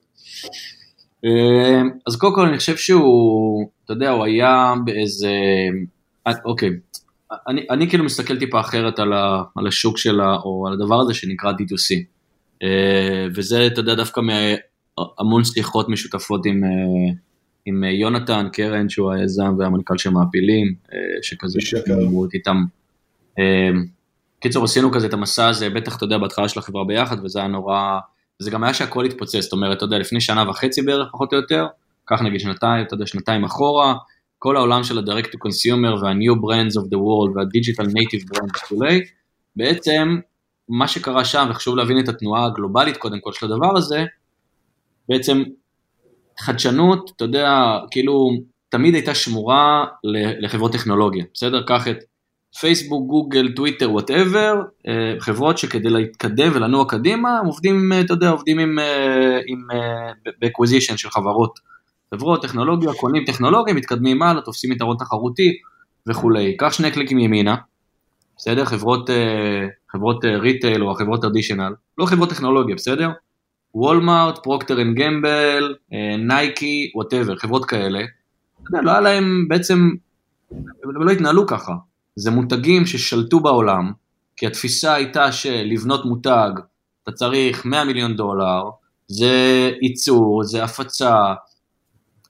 אז קודם כל אני חושב שהוא, אתה יודע, הוא היה באיזה, אוקיי, אני כאילו מסתכל טיפה אחרת על השוק שלה, או על הדבר הזה שנקרא D2C, וזה, אתה יודע, דווקא מהמון שיחות משותפות עם יונתן קרן, שהוא היזם והמנכ"ל של מעפילים, שכזה שקרו איתם. קיצור, עשינו כזה את המסע הזה, בטח, אתה יודע, בהתחלה של החברה ביחד, וזה היה נורא, וזה גם היה שהכל התפוצץ, זאת אומרת, אתה יודע, לפני שנה וחצי בערך, פחות או יותר, כך נגיד שנתיים, אתה יודע, שנתיים אחורה, כל העולם של ה-Direct to Consumer, וה-New Brands of the World, וה-Digital Native Brands וכולי, בעצם, מה שקרה שם, וחשוב להבין את התנועה הגלובלית, קודם כל, של הדבר הזה, בעצם, חדשנות, אתה יודע, כאילו, תמיד הייתה שמורה לחברות טכנולוגיה, בסדר? קח את פייסבוק, גוגל, טוויטר, whatever, חברות שכדי להתקדם ולנוע קדימה, עובדים, אתה יודע, עובדים באקוויזישן של חברות טכנולוגיה, קונים טכנולוגיה, מתקדמים מעלה, תופסים יתרון תחרותי וכולי. קח שני קליקים ימינה, בסדר? חברות ריטייל או חברות טרדישנל, לא חברות טכנולוגיה, בסדר? וולמארט, פרוקטר אנד גמבל, נייקי, whatever, חברות כאלה, אתה יודע, לא היה להם בעצם, לא התנהלו ככה. זה מותגים ששלטו בעולם, כי התפיסה הייתה שלבנות מותג, אתה צריך $100 מיליון, זה ייצור, זה הפצה,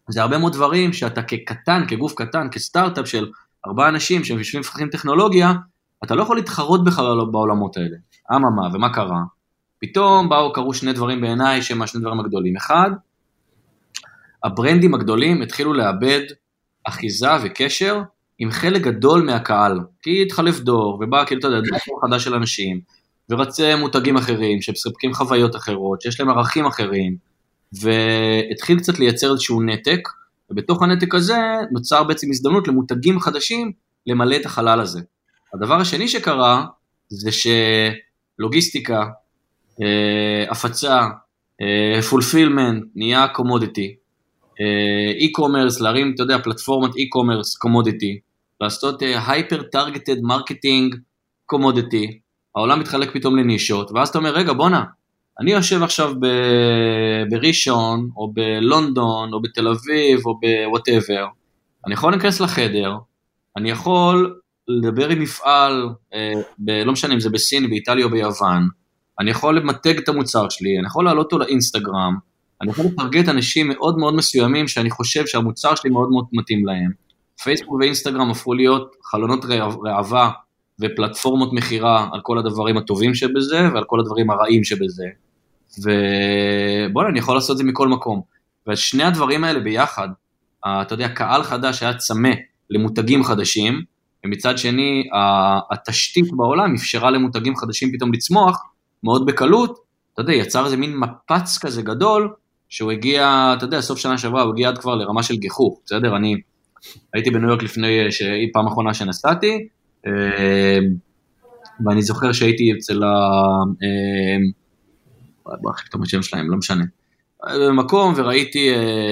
זה הרבה מאוד דברים שאתה כקטן, כגוף קטן, כסטארט-אפ של 4 אנשים שהם יושבים מפתחים טכנולוגיה, אתה לא יכול להתחרות בכלל בעולמות האלה. אממה, ומה קרה? פתאום קרו שני דברים בעיניי, שהם השני דברים הגדולים. אחד, הברנדים הגדולים התחילו לאבד אחיזה וקשר עם חלק גדול מהקהל, כי התחלף דור, ובא כאילו, אתה יודע, דור חדש של אנשים, ורצה מותגים אחרים, שמספקים חוויות אחרות, שיש להם ערכים אחרים, והתחיל קצת לייצר איזשהו נתק, ובתוך הנתק הזה נוצר בעצם הזדמנות למותגים חדשים, למלא את החלל הזה. הדבר השני שקרה, זה שלוגיסטיקה, הפצה, fulfillment, נהיה commodity, e-commerce, להרים, אתה יודע, פלטפורמת e-commerce, commodity, לעשות hyper-targeted marketing, commodity, העולם מתחלק פתאום לנישות, ואז אתה אומר, רגע, בונה, אני יושב עכשיו בראשון, או בלונדון, או בתל אביב, או ב-whatever, אני יכול להיכנס לחדר, אני יכול לדבר עם מפעל, לא משנה אם זה בסין, באיטליה או ביוון, אני יכול למתג את המוצר שלי, אני יכול לעלות אותו לאינסטגרם, אני יכול לפרגט אנשים מאוד מאוד מסוימים, שאני חושב שהמוצר שלי מאוד מאוד מתאים להם. פייסבוק ואינסטגרם הפכו להיות חלונות ראווה, ופלטפורמות מחירה על כל הדברים הטובים שבזה, ועל כל הדברים הרעים שבזה. ובואו, אני יכול לעשות את זה מכל מקום. ושני הדברים האלה ביחד, אתה יודע, קהל חדש היה צמא למותגים חדשים, ומצד שני, התשתית בעולם אפשרה למותגים חדשים פתאום לצמוח, מאוד בקלות, אתה יודע, יצר איזה מין מפץ כזה גדול, שהוא הגיע, אתה יודע, סוף שנה שעברה, הוא הגיע עד כבר לרמה של גיחוך, בסדר? אני הייתי בניו יורק לפני פעם האחרונה שנסעתי, ואני זוכר שהייתי אצל בוא אחרי את השם שלהם, לא משנה, במקום וראיתי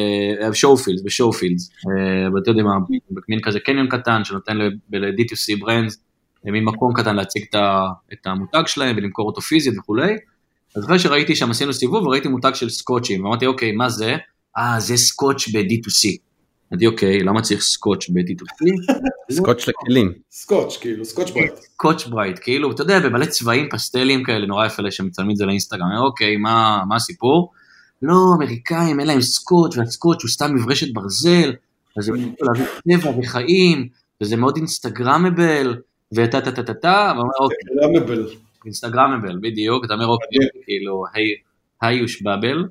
בשואופילדס, ואתה יודע מה, מין כזה קניון קטן, שנותן ל-D2C ברנדס, מין מקום קטן להציג את המותג שלהם, ולמכור אותו פיזית וכולי, אז אחרי שראיתי שם עשינו סיבוב, וראיתי מותג של סקוטשים, ואמרתי, אוקיי, מה זה? זה סקוטש ב-D2C. אמרתי, אוקיי, למה צריך סקוטש ב-D2C? סקוטש לכלים. סקוטש, כאילו, סקוטש ברייט. סקוטש ברייט, כאילו, אתה יודע, במלא צבעים, פסטלים כאלה, נורא יפה שמצלמים את זה לאינסטגרם, אוקיי, מה הסיפור? לא, אמריקאים, אין להם סקוטש, והסקוטש הוא סתם מברשת ברזל, אז זה יכול להביא טבע וחיים, וזה מאוד אינסטגרמבל, ואתה, אינסטגרמבל, בדיוק, אתה אומר, אוקיי, כאילו, היוש בבל,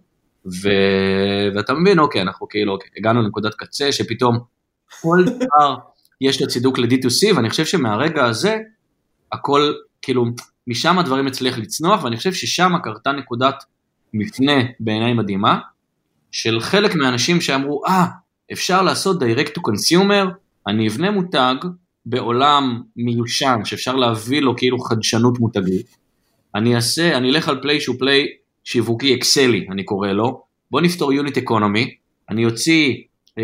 ואתה מבין, אוקיי, אנחנו כאילו, הגענו לנקודת קצה, שפתאום כל דבר יש לו צידוק ל-D2C, ואני חושב שמהרגע הזה, הכל, כאילו, משם הדברים הצליח לצנוח, ואני חושב ששם קרתה נקודת מפנה בעיניי מדהימה, של חלק מהאנשים שאמרו, אפשר לעשות direct to consumer, אני אבנה מותג בעולם מיושן, שאפשר להביא לו כאילו חדשנות מותגית, אני אלך על פליי שהוא פליי שיווקי אקסלי, אני קורא לו, בוא נפתור יוניט אקונומי, אני יוציא $100,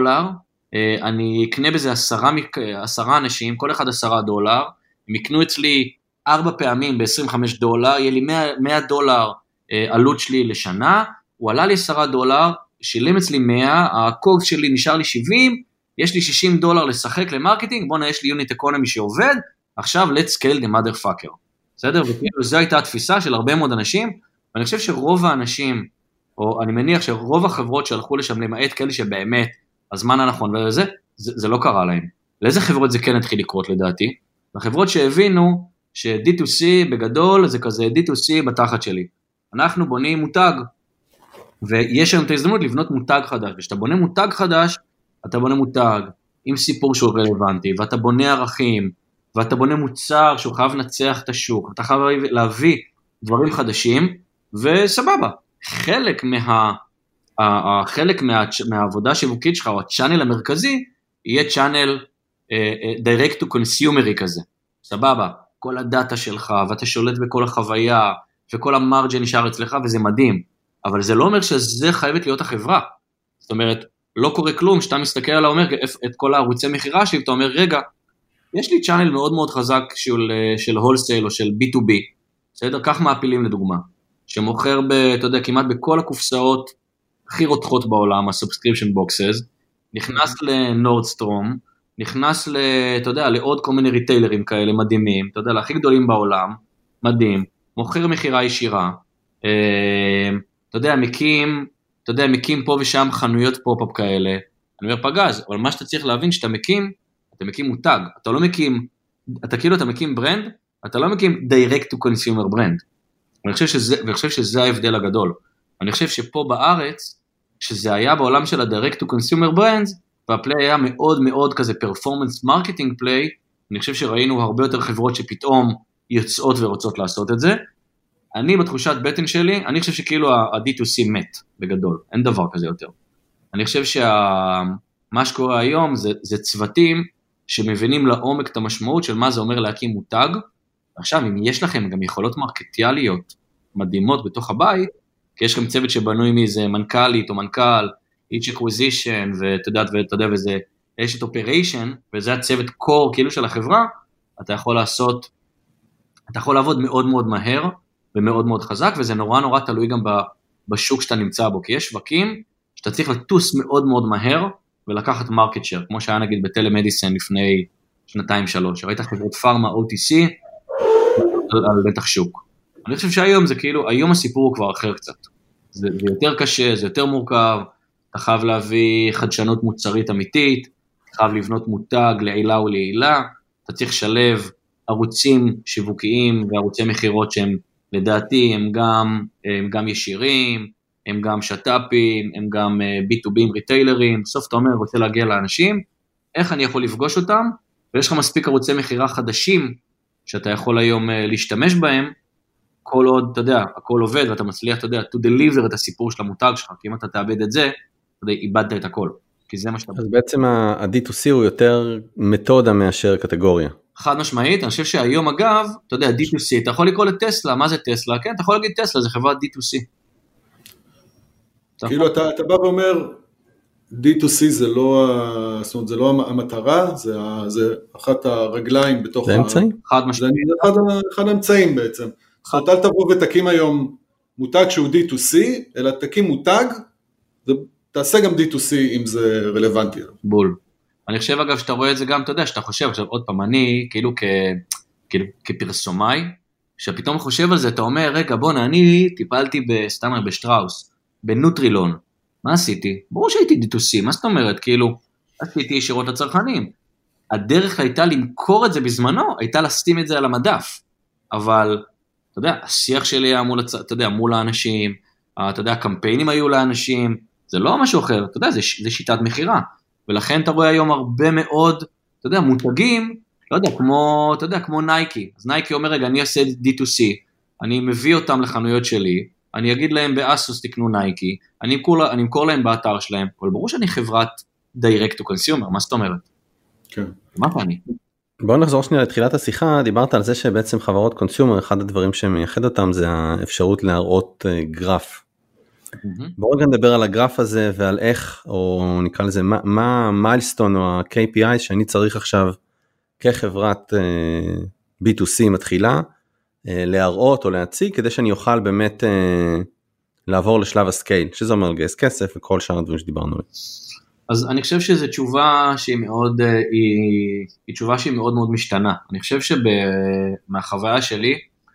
אני אקנה בזה 10 אנשים, כל אחד $10, הם יקנו אצלי 4 פעמים ב$25, יהיה לי $100 עלות שלי לשנה, הוא עלה לי $10, שילם אצלי 100, הקורס שלי נשאר לי 70, יש לי $60 לשחק למרקטינג, בוא יש לי יוניט אקונומי שעובד, עכשיו let's scale the motherfucker, בסדר? וכאילו זו הייתה התפיסה של הרבה מאוד אנשים, ואני חושב שרוב האנשים, או אני מניח שרוב החברות שהלכו לשם למעט כאלה שבאמת, הזמן הנכון וזה, זה לא קרה להם. לאיזה חברות זה כן התחיל לקרות לדעתי? לחברות שהבינו ש-D2C בגדול זה כזה D2C בתחת שלי. אנחנו בונים מותג, ויש היום את ההזדמנות לבנות מותג חדש, וכשאתה בונה מותג חדש, אתה בונה מותג עם סיפור שהוא רלוונטי, ואתה בונה ערכים, ואתה בונה מוצר שהוא חייב לנצח את השוק, ואתה חייב להביא דברים חדשים, וסבבה. חלק מהעבודה השיווקית שלך, או הצ'אנל המרכזי, יהיה צ'אנל direct to consumer כזה. סבבה. כל הדאטה שלך, ואתה שולט בכל החוויה, וכל המרג'ן נשאר אצלך, וזה מדהים. אבל זה לא אומר שזה חייבת להיות החברה. זאת אומרת, לא קורה כלום, שאתה מסתכל עליו, אומר את כל הערוצי מחירה שלי, ואתה אומר, רגע, יש לי צ'אנל מאוד מאוד חזק של הולסייל או של B2B, בסדר? כך מעפילים לדוגמה, שמוכר, אתה יודע, כמעט בכל הקופסאות הכי רותחות בעולם, הסובסקריפשן בוקסס, נכנס לנורדסטרום, נכנס אתה יודע, לעוד כל מיני ריטיילרים כאלה מדהימים, אתה יודע, להכי גדולים בעולם, מדהים, מוכר מחירה ישירה, אתה יודע, מקים, אתה יודע, מקים פה ושם חנויות פופ-אפ כאלה, אני אומר פגז, אבל מה שאתה צריך להבין, שאתה מקים, אתה מקים מותג, אתה לא מקים, אתה מקים ברנד, אתה לא מקים direct to consumer ברנד, ואני חושב שזה ההבדל הגדול, אני חושב שפה בארץ, שזה היה בעולם של ה-direct to consumer brands, והפליי היה מאוד מאוד כזה performance marketing play, אני חושב שראינו הרבה יותר חברות שפתאום יוצאות ורוצות לעשות את זה, אני בתחושת בטן שלי, אני חושב שכאילו ה-D2C מת בגדול, אין דבר כזה יותר. אני חושב שמה שקורה היום זה צוותים שמבינים לעומק את המשמעות של מה זה אומר להקים מותג, עכשיו אם יש לכם גם יכולות מרקטיאליות מדהימות בתוך הבית, כי יש לכם צוות שבנוי מאיזה מנכ"לית או מנכ"ל, each acquisition, ואתה יודע, וזה אשת אופריישן, וזה הצוות קור כאילו של החברה, אתה יכול לעבוד מאוד מאוד מהר, ומאוד מאוד חזק, וזה נורא נורא תלוי גם בשוק שאתה נמצא בו, כי יש שווקים שאתה צריך לטוס מאוד מאוד מהר, ולקחת מרקט שייר, כמו שהיה נגיד בטלמדיסן לפני 2-3, ראית חברות פארמה OTC, על בטח שוק. אני חושב שהיום זה כאילו, היום הסיפור הוא כבר אחר קצת, זה יותר קשה, זה יותר מורכב, אתה חייב להביא חדשנות מוצרית אמיתית, אתה חייב לבנות מותג לעילה ולעילה, אתה צריך לשלב ערוצים שיווקיים וערוצי מחירות שהם לדעתי הם גם ישירים, הם גם שטאפים, הם גם B2B ריטיילרים, בסוף אתה אומר רוצה להגיע לאנשים, איך אני יכול לפגוש אותם, ויש לך מספיק ערוצי מחירה חדשים, שאתה יכול היום להשתמש בהם, כל עוד, אתה יודע, הכל עובד, ואתה מצליח, אתה יודע, to deliver את הסיפור של המותג שלך, כי אם אתה תאבד את זה, אתה יודע, איבדת את הכל, כי זה מה שאתה... אז בעצם ה-D2C הוא יותר מתודה מאשר קטגוריה. חד משמעית, אני חושב שהיום אגב, אתה יודע, D2C, אתה יכול לקרוא לטסלה, מה זה טסלה? כן, אתה יכול להגיד טסלה, זה חברת D2C. כאילו אתה בא ואומר, D2C זה לא, זאת אומרת, זה לא המטרה, זה אחת הרגליים בתוך... זה אמצעים? חד משמעית. זה אחד האמצעים בעצם. זאת אומרת, אל תבוא ותקים היום מותג שהוא D2C, אלא תקים מותג, תעשה גם D2C אם זה רלוונטי. בול. אני חושב אגב שאתה רואה את זה גם, אתה יודע, שאתה חושב, עכשיו עוד פעם, אני כאילו כפרסומאי, שפתאום חושב על זה, אתה אומר, רגע בוא, אני טיפלתי בסטאמר בשטראוס, בנוטרילון, מה עשיתי? ברור שהייתי D2C, מה זאת אומרת? כאילו, עשיתי ישירות לצרכנים. הדרך הייתה למכור את זה בזמנו, הייתה לשים את זה על המדף, אבל, אתה יודע, השיח שלי היה מול, אתה יודע, מול האנשים, אתה יודע, הקמפיינים היו לאנשים, זה לא משהו אחר, אתה יודע, זה שיטת מחירה, ולכן אתה רואה היום הרבה מאוד, אתה יודע, מותגים, לא יודע, כמו, אתה יודע, כמו נייקי, אז נייקי אומר, רגע, אני אעשה D2C, אני מביא אותם לחנויות שלי, אני אגיד להם באסוס תקנו נייקי, אני אמכור להם באתר שלהם, אבל ברור שאני חברת direct to consumer, מה זאת אומרת? כן. מה אני? בואו נחזור שנייה לתחילת השיחה, דיברת על זה שבעצם חברות קונסיומר, אחד הדברים שמייחד אותם זה האפשרות להראות גרף. בואו רגע נדבר על הגרף הזה ועל איך, או נקרא לזה, מה המיילסטון או ה-KPI שאני צריך עכשיו כחברת B2C מתחילה, להראות או להציג, כדי שאני אוכל באמת לעבור לשלב הסקייל, שזה אומר לגייס כסף וכל שאר הדברים שדיברנו עליהם. אז אני חושב שזו תשובה שהיא מאוד, היא תשובה שהיא מאוד מאוד משתנה. אני חושב שמהחוויה שלי,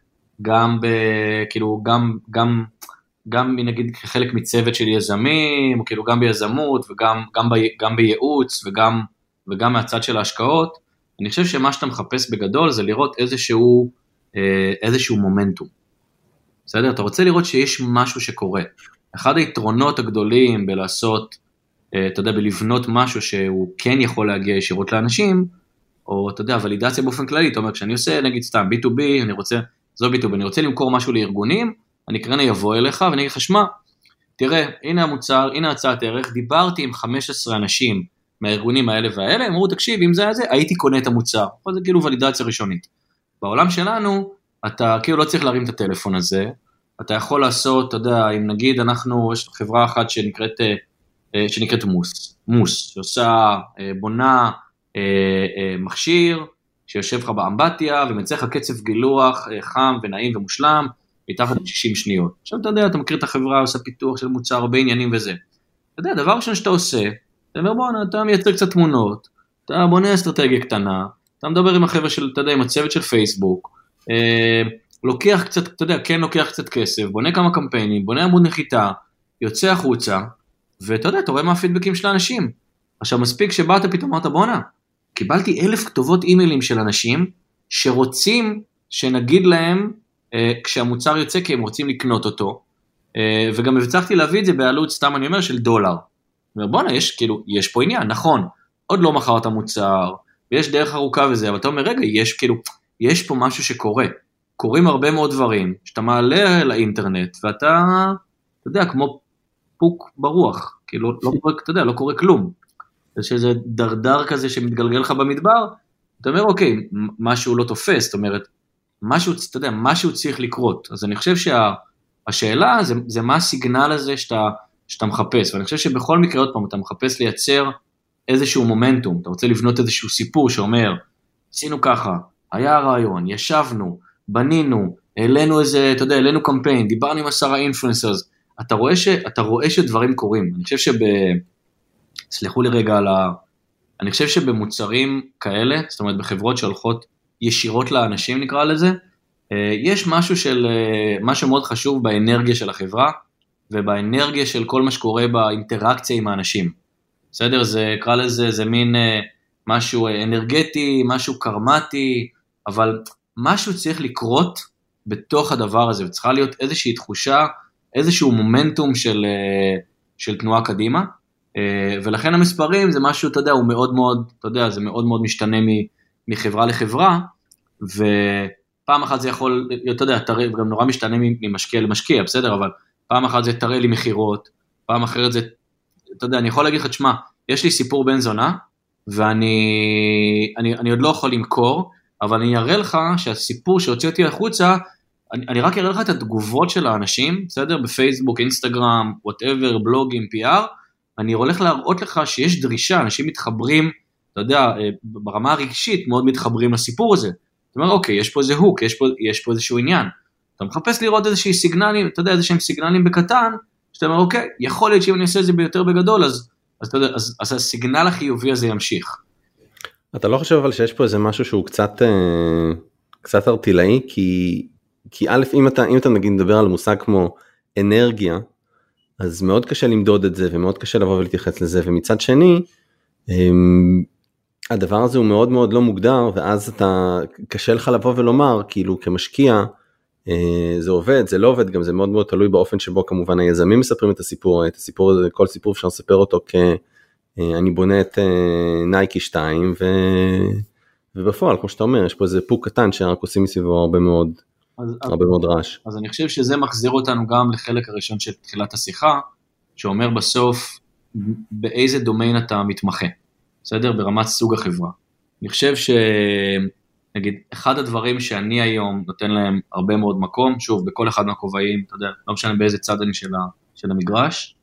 כאילו גם נגיד כחלק מצוות של יזמים, או כאילו גם ביזמות, וגם בייעוץ, וגם מהצד של ההשקעות, אני חושב שמה שאתה מחפש בגדול, זה לראות איזשהו מומנטום. בסדר? אתה רוצה לראות שיש משהו שקורה. אחד היתרונות הגדולים בלעשות, אתה יודע, בלבנות משהו שהוא כן יכול להגיע ישירות לאנשים, או אתה יודע, ולידציה באופן כללי, אתה אומר, כשאני עושה נגיד סתם B2B, אני רוצה למכור משהו לארגונים, אני כרנה יבוא אליך ואני אגיד לך, שמה, תראה, הנה המוצר, הנה הצעת ערך, דיברתי עם 15 אנשים מהארגונים האלה והאלה, הם אמרו, תקשיב, אם זה היה זה, הייתי קונה את המוצר, זה כאילו ולידציה ראשונית. בעולם שלנו, אתה כאילו לא צריך להרים את הטלפון הזה, אתה יכול לעשות, אתה יודע, אם נגיד יש חברה אחת שנקראת מוס, שעושה, בונה מכשיר, שיושב לך באמבטיה, ומצא לך קצב גילוח חם ונעים ומושלם, מתחת ל-60 שניות. עכשיו אתה יודע, אתה מכיר את החברה, עושה פיתוח של מוצר, הרבה עניינים וזה. אתה יודע, דבר ראשון שאתה עושה, אתה אומר, בוא, אתה מייצר קצת תמונות, אתה בונה אסטרטגיה קטנה, אתה מדבר עם החבר'ה של, אתה יודע, עם הצוות של פייסבוק, לוקח קצת, אתה יודע, כן לוקח קצת כסף, בונה כמה קמפיינים, בונה עמוד נחיתה, יוצא החוצה, ואתה יודע, אתה רואה מה הפידבקים של האנשים. עכשיו מספיק שבאת פתאום אמרת, בונה, קיבלתי 1000 כתובות אימיילים של אנשים, שרוצים שנגיד להם, כשהמוצר יוצא, כי הם רוצים לקנות אותו, וגם הבצחתי להביא את זה בעלות, סתם אני אומר, של $1. בונה, יש פה עניין, נכון, עוד לא מכר את המוצר, ויש דרך ארוכה וזה, אבל אתה אומר, רגע, יש פה משהו שקורה, קורים הרבה מאוד דברים, שאתה מעלה לאינטרנט, ואתה, אתה יודע, כמו פוק ברוח, כאילו, לא קורה כלום, יש איזה דרדר כזה שמתגלגל לך במדבר, אתה אומר, אוקיי, משהו לא תופס, זאת אומרת, משהו, אתה יודע, משהו צריך לקרות, אז אני חושב שהשאלה זה מה הסיגנל הזה שאתה מחפש, ואני חושב שבכל מקרה עוד פעם, אתה מחפש לייצר איזשהו מומנטום, אתה רוצה לבנות איזשהו סיפור שאומר, עשינו ככה, היה הרעיון, ישבנו, בנינו, העלינו איזה, אתה יודע, העלינו קמפיין, דיברנו עם 10 אינפלואנסרס, אתה רואה שדברים קורים, אני חושב סלחו לי רגע אני חושב שבמוצרים כאלה, זאת אומרת בחברות שהולכות ישירות לאנשים נקרא לזה, יש משהו מאוד חשוב באנרגיה של החברה, ובאנרגיה של כל מה שקורה באינטראקציה עם האנשים. בסדר? זה, קרא לזה, זה מין משהו אנרגטי, משהו קרמטי, אבל משהו צריך לקרות בתוך הדבר הזה, וצריכה להיות איזושהי תחושה, איזשהו מומנטום של תנועה קדימה, ולכן המספרים זה משהו, אתה יודע, הוא מאוד מאוד, אתה יודע, זה מאוד מאוד משתנה מחברה לחברה, ופעם אחת זה יכול, אתה יודע, גם נורא משתנה ממשקיע למשקיע, בסדר, אבל פעם אחת זה תראה לי מחירות, פעם אחרת זה, אתה יודע, אני יכול להגיד לך, תשמע, יש לי סיפור בן זונה, ואני עוד לא יכול למכור, אבל אני אראה לך שהסיפור שהוציא אותי החוצה, אני רק אראה לך את התגובות של האנשים, בסדר, בפייסבוק, אינסטגרם, whatever, בלוגים, PR, אני הולך להראות לך שיש דרישה, אנשים מתחברים, אתה יודע, ברמה הרגשית מאוד מתחברים לסיפור הזה. זאת אומרת, אוקיי, יש פה איזה הוק, יש פה איזשהו עניין. אתה מחפש לראות איזושהי סיגנלים, אתה יודע, איזשהם סיגנלים בקטן, שאתה אומר, אוקיי, יכול להיות שאם אני עושה את זה ביותר בגדול, אז אתה יודע, אז הסיגנל החיובי הזה ימשיך. אתה לא חושב אבל שיש פה איזה משהו שהוא קצת ארטילאי, כי א', אם אתה נגיד מדבר על מושג כמו אנרגיה, אז מאוד קשה למדוד את זה, ומאוד קשה לבוא ולהתייחס לזה, ומצד שני, הדבר הזה הוא מאוד מאוד לא מוגדר, ואז קשה לך לבוא ולומר, כאילו כמשקיע, זה עובד, זה לא עובד, גם זה מאוד מאוד תלוי באופן שבו כמובן היזמים מספרים את הסיפור, כל סיפור אפשר לספר אותו אני בונה את נייקי 2, ובפועל, כמו שאתה אומר, יש פה איזה פוק קטן, שרק עושים מסביבו הרבה מאוד רעש. אז אני חושב שזה מחזיר אותנו גם לחלק הראשון של תחילת השיחה, שאומר בסוף, באיזה דומיין אתה מתמחה, בסדר? ברמת סוג החברה. אני חושב נגיד, אחד הדברים שאני היום נותן להם הרבה מאוד מקום, שוב, בכל אחד מהכובעים, אתה יודע, לא משנה באיזה צד אני של המגרש,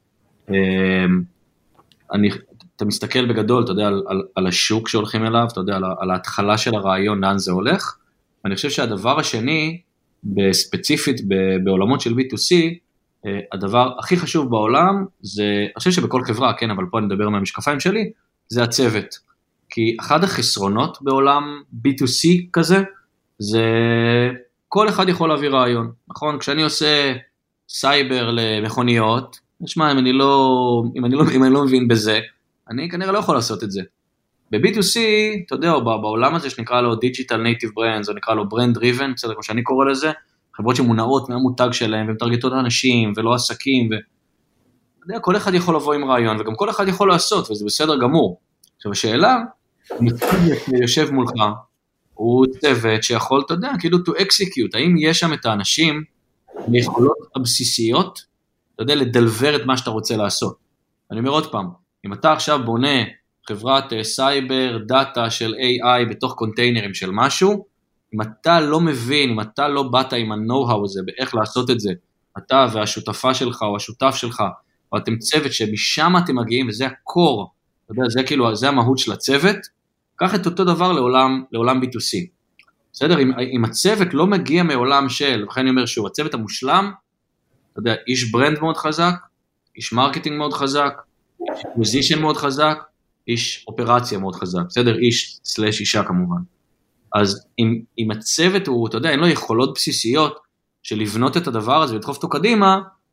אתה מסתכל בגדול, אתה יודע, על השוק שהולכים אליו, אתה יודע, על ההתחלה של הרעיון, לאן זה הולך, ואני חושב שהדבר השני, בספציפית בעולמות של B2C, הדבר הכי חשוב בעולם, אני חושב שבכל חברה, כן, אבל פה אני מדבר מהמשקפיים שלי, זה הצוות. כי אחד החסרונות בעולם B2C כזה, זה כל אחד יכול להביא רעיון, נכון? כשאני עושה סייבר למכוניות, נשמע, אם אני לא מבין בזה, אני כנראה לא יכול לעשות את זה. ב-B2C, אתה יודע, בעולם הזה שנקרא לו Digital Native Brands, או נקרא לו Brand Driven, בסדר, כמו שאני קורא לזה, חברות שמונעות מהמותג שלהם, ומטרגטות אנשים, ולא עסקים, אתה יודע, כל אחד יכול לבוא עם רעיון, וגם כל אחד יכול לעשות, וזה בסדר גמור. עכשיו, השאלה, יושב מולך, הוא צוות שיכול, אתה יודע, כאילו to execute, האם יש שם את האנשים, ליכולות הבסיסיות, אתה יודע, לדלבר את מה שאתה רוצה לעשות. אני אומר עוד פעם, אם אתה עכשיו בונה חברת סייבר, דאטה של AI בתוך קונטיינרים של משהו, אם אתה לא מבין, אם אתה לא באת עם ה-know-how הזה, באיך לעשות את זה, אתה והשותפה שלך או השותף שלך, או אתם צוות שמשם אתם מגיעים, וזה הקור, אתה יודע, זה כאילו, זה המהות של הצוות, קח את אותו דבר לעולם B2C. בסדר? אם הצוות לא מגיע מעולם של, וכן אני אומר שוב, הצוות המושלם, אתה יודע, איש ברנד מאוד חזק, איש מרקטינג מאוד חזק, איש פוזישן מאוד חזק, איש אופרציה מאוד חזק, בסדר? איש/אישה כמובן. אז אם הצוות הוא, אתה יודע, אין לו יכולות בסיסיות של לבנות את הדבר הזה ולדחוף אותו קדימה,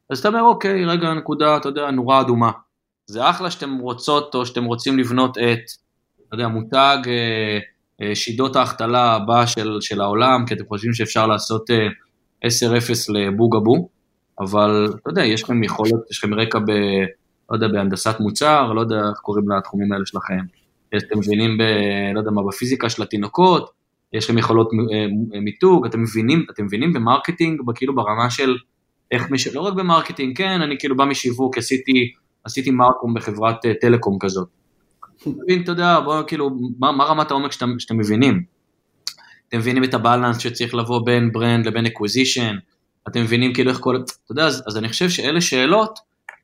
אז אתה אומר, אוקיי, רגע, נקודה, אתה יודע, נורה אדומה. זה אחלה שאתם רוצות, או שאתם רוצים לבנות את, אתה יודע, מותג שידות ההחתלה הבא של העולם, כי אתם חושבים שאפשר לעשות 10-0 לבוגבו, אבל, אתה יודע, יש לכם יכולת, יש לכם רקע לא יודע, בהנדסת מוצר, לא יודע איך קוראים לתחומים האלה שלכם, אתם מבינים לא יודע מה, בפיזיקה של התינוקות, יש לכם יכולות מיתוג, אתם מבינים במרקטינג, כאילו ברמה של איך לא רק במרקטינג, כן, אני כאילו בא משיווק, עשיתי מרקום בחברת טלקום כזאת. אתה יודע, בוא, כאילו, מה רמת העומק שאתם מבינים? אתם מבינים את הבאלנס שצריך לבוא בין ברנד לבין אקוויזישן, אתם מבינים כאילו איך כל, אתה יודע, אז אני חושב שאלה שאלות,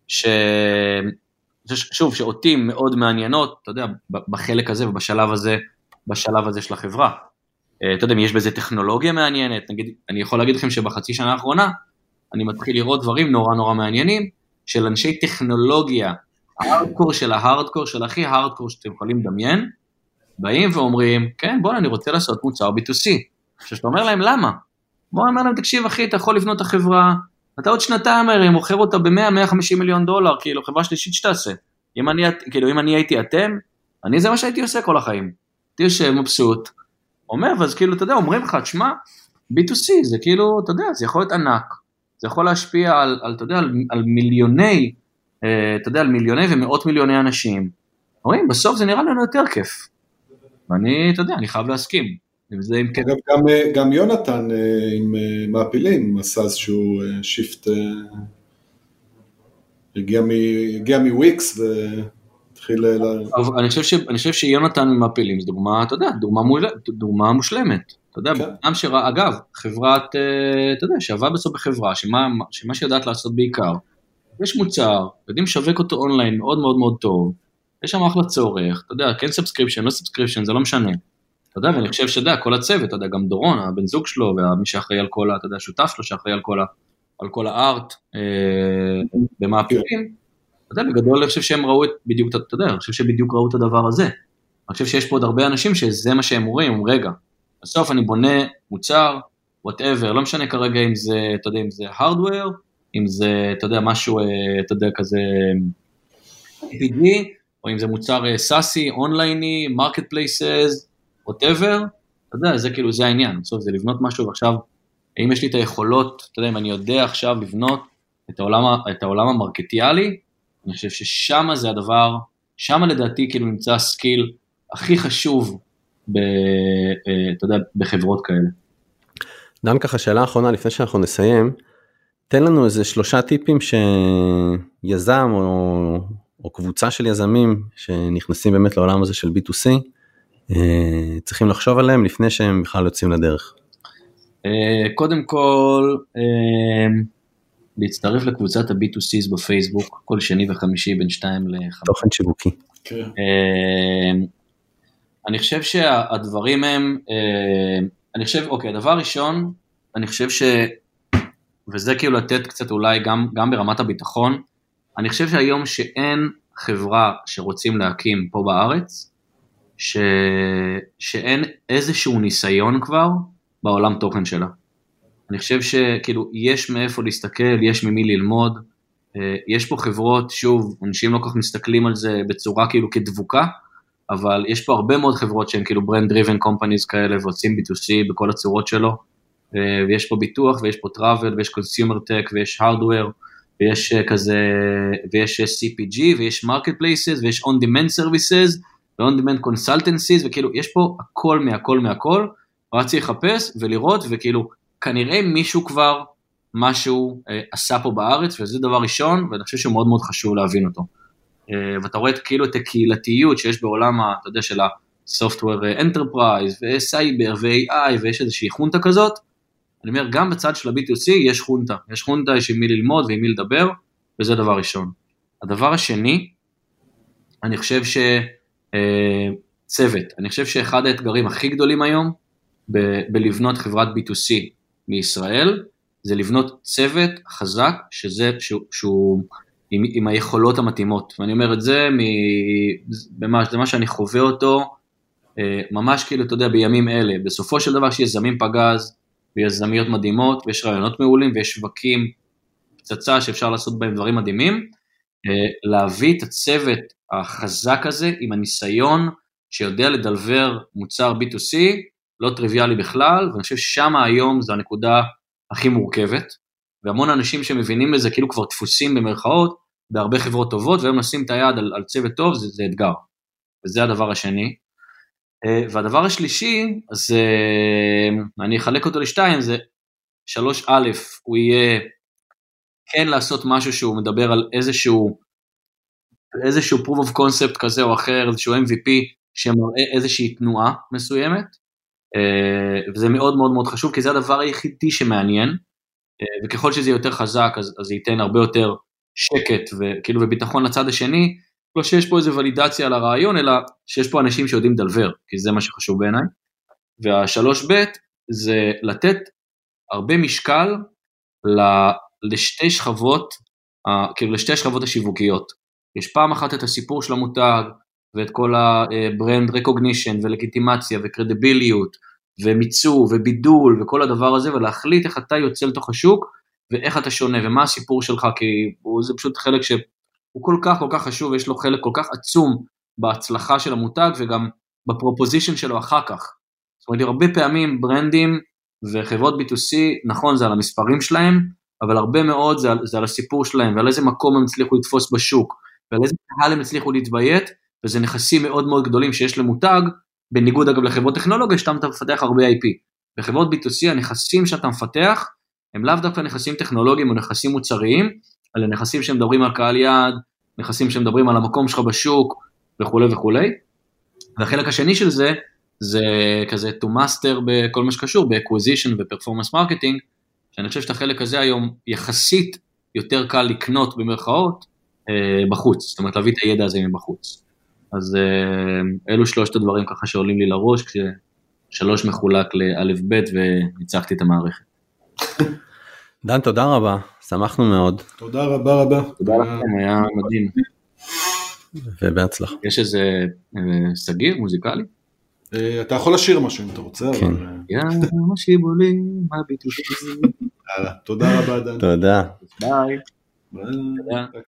שוב, שאותי מאוד מעניינות, אתה יודע, בחלק הזה ובשלב הזה של החברה. אתה יודע, יש בזה טכנולוגיה מעניינת, נגיד, אני יכול להגיד לכם שבחצי שנה האחרונה, אני מתחיל לראות דברים נורא נורא מעניינים, של אנשי טכנולוגיה, ההארדקור של ההארדקור של הכי הארדקור שאתם יכולים לדמיין, באים ואומרים, כן, בוא, אני רוצה לעשות מוצר B2C. שאתה אומר להם, למה? בוא, אומר להם, תקשיב, אחי, אתה יכול לבנות את החברה, אתה עוד שנתיים הרי, מוכר אותה ב$100-150 מיליון, כאילו, חברה שלישית שתעשה. אם אני הייתי אתם, אני זה מה שהייתי עושה כל החיים. הייתי יושב מבסוט, אומר, ואז כאילו, אתה יודע, אומרים לך, תשמע, B2C, זה כאילו, אתה יודע, זה יכול להיות ענק, זה יכול להשפיע אתה יודע, על מיליוני, אתה יודע, על מיליוני ומאות מיליוני אנשים. אומרים, בסוף זה נראה לנו יותר כיף. ואני, אתה יודע, אני חייב להסכים. אגב, גם יונתן עם מעפילים עשה איזשהו שיפט, הגיע מוויקס והתחיל אני חושב שיונתן עם מעפילים, זו דוגמה, אתה יודע, דוגמה מושלמת. אתה יודע, גם שראה, אגב, חברת, אתה יודע, שעבד בסוף בחברה, שמה שיודעת לעשות בעיקר, יש מוצר, יודעים שווק אותו אונליין מאוד מאוד מאוד טוב, יש שם אחלה צורך, אתה יודע, כן סאבסקריפשן, לא סאבסקריפשן, זה לא משנה. אתה יודע, ואני חושב שאתה יודע, כל הצוות, אתה יודע, גם דורון, הבן זוג שלו, ומי שאחראי על כל, אתה יודע, השותף שלו, שאחראי על כל הארט, במעפילים, אתה יודע, בגדול, אני חושב שהם ראו בדיוק, אתה יודע, אני חושב שבדיוק ראו את הדבר הזה. אני חושב שיש פה עוד הרבה אנשים שזה מה שהם אומרים, רגע, בסוף אני בונה מוצר, whatever, לא משנה כרגע אם זה, אתה יודע, אם זה hardware, אם זה, אתה יודע, משהו, אתה יודע, כזה, PPG, או אם זה מוצר סאסי, אונלייני, מרקט פלייסס, whatever, אתה יודע, זה כאילו, זה העניין, בסוף זה לבנות משהו, ועכשיו, אם יש לי את היכולות, אתה יודע, אם אני יודע עכשיו לבנות את העולם המרקטיאלי, אני חושב ששם זה הדבר, שם לדעתי כאילו נמצא הסקיל הכי חשוב, אתה יודע, בחברות כאלה. דן, ככה שאלה אחרונה לפני שאנחנו נסיים, תן לנו איזה 3 טיפים שיזם או קבוצה של יזמים שנכנסים באמת לעולם הזה של B2C, צריכים לחשוב עליהם לפני שהם בכלל יוצאים לדרך. קודם כל, להצטרף לקבוצת ה-B2Cs בפייסבוק, כל שני וחמישי בין 2 ל-5. תוכן שיווקי. אני חושב שהדברים הם, אני חושב, אוקיי, הדבר הראשון, אני חושב וזה כאילו לתת קצת אולי גם ברמת הביטחון, אני חושב שהיום שאין חברה שרוצים להקים פה בארץ, שאין איזשהו ניסיון כבר בעולם תוכן שלה. אני חושב שכאילו יש מאיפה להסתכל, יש ממי ללמוד, יש פה חברות, שוב, אנשים לא כל כך מסתכלים על זה בצורה כאילו כדבוקה, אבל יש פה הרבה מאוד חברות שהן כאילו brand driven companies כאלה, ועושים B2C בכל הצורות שלו, ויש פה ביטוח, ויש פה travel, ויש consumer tech, ויש hardware, ויש כזה, ויש CPG, ויש marketplaces, ויש on-demand services, ו-on-demand consultancies, וכאילו יש פה הכל מהכל, רק צריך לחפש ולראות, וכאילו כנראה מישהו כבר משהו עשה פה בארץ, וזה דבר ראשון, ואני חושב שהוא מאוד מאוד חשוב להבין אותו. ואתה רואה כאילו את הקהילתיות שיש בעולם, אתה יודע, של ה-software enterprise, וסייבר, ו-AI, ויש איזושהי חונטה כזאת, אני אומר, גם בצד של ה-B2C יש חונטה, יש עם מי ללמוד ועם מי לדבר, וזה דבר ראשון. הדבר השני, אני חושב צוות, אני חושב שאחד האתגרים הכי גדולים היום, בלבנות חברת B2C מישראל, זה לבנות צוות חזק, שהוא עם היכולות המתאימות, ואני אומר את זה, זה מה שאני חווה אותו, ממש כאילו, אתה יודע, בימים אלה, בסופו של דבר שיש יזמים פגז, ויזמיות מדהימות, ויש רעיונות מעולים, ויש שווקים פצצה שאפשר לעשות בהם דברים מדהימים, להביא את הצוות החזק הזה עם הניסיון שיודע לדלבר מוצר B2C, לא טריוויאלי בכלל, ואני חושב ששם היום זו הנקודה הכי מורכבת, והמון אנשים שמבינים בזה כאילו כבר דפוסים במרכאות, בהרבה חברות טובות, והם נשים את היד על צוות טוב, זה אתגר. וזה הדבר השני. והדבר השלישי, אז אני אחלק אותו לשתיים, זה 3א, הוא יהיה כן לעשות משהו שהוא מדבר על איזשהו proof of concept כזה או אחר, איזשהו MVP, שמראה איזושהי תנועה מסוימת, וזה מאוד מאוד מאוד חשוב, כי זה הדבר היחידי שמעניין, וככל שזה יותר חזק, אז זה ייתן הרבה יותר שקט, וכאילו וביטחון לצד השני, לא שיש פה איזו ולידציה על הרעיון, אלא שיש פה אנשים שיודעים דלבר, כי זה מה שחשוב בעיניי, וה3ב זה לתת הרבה משקל לשתי שכבות, כאילו לשתי שכבות השיווקיות, יש פעם אחת את הסיפור של המותג, ואת כל הברנד רקוגנישן, ולגיטימציה, וקרדיביליות, ומיצוב, ובידול, וכל הדבר הזה, ולהחליט איך אתה יוצא לתוך השוק, ואיך אתה שונה, ומה הסיפור שלך, כי זה פשוט חלק שהוא כל כך כל כך חשוב, ויש לו חלק כל כך עצום, בהצלחה של המותג, וגם בפרופוזישן שלו אחר כך. זאת אומרת, הרבה פעמים ברנדים, וחברות B2C, נכון, זה על המספרים שלהם, אבל הרבה מאוד זה על הסיפור שלהם, ועל איזה מקום הם הצליחו לתפוס בשוק, ועל איזה קהל הם הצליחו להתביית, וזה נכסים מאוד מאוד גדולים שיש למותג, בניגוד אגב לחברות טכנולוגיה, שאתה מפתח הרבה IP. בחברות B2C, הנכסים שאתה מפתח, הם לאו דווקא נכסים טכנולוגיים או נכסים מוצריים, אלא נכסים שמדברים על קהל יעד, נכסים שמדברים על המקום שלך בשוק, וכו' וכו'. והחלק השני של זה, זה כזה to master בכל מה שקשור, ב-acquisition ו-performance marketing, שאני חושב שאת החלק הזה היום יחסית יותר קל לקנות במרכאות בחוץ, זאת אומרת להביא את הידע הזה מבחוץ. אז אלו שלושת הדברים ככה שעולים לי לראש, כש3 מחולק לאלף ב' וניצחתי את המערכת. דן, תודה רבה, שמחנו מאוד. תודה רבה רבה. תודה לכם, היה מדהים. ובהצלחה. יש איזה סגיר מוזיקלי? אתה יכול לשיר משהו אם אתה רוצה. כן. יאללה, מה שיבולי, מה ביטושי. תודה רבה דן. תודה. ביי. ביי.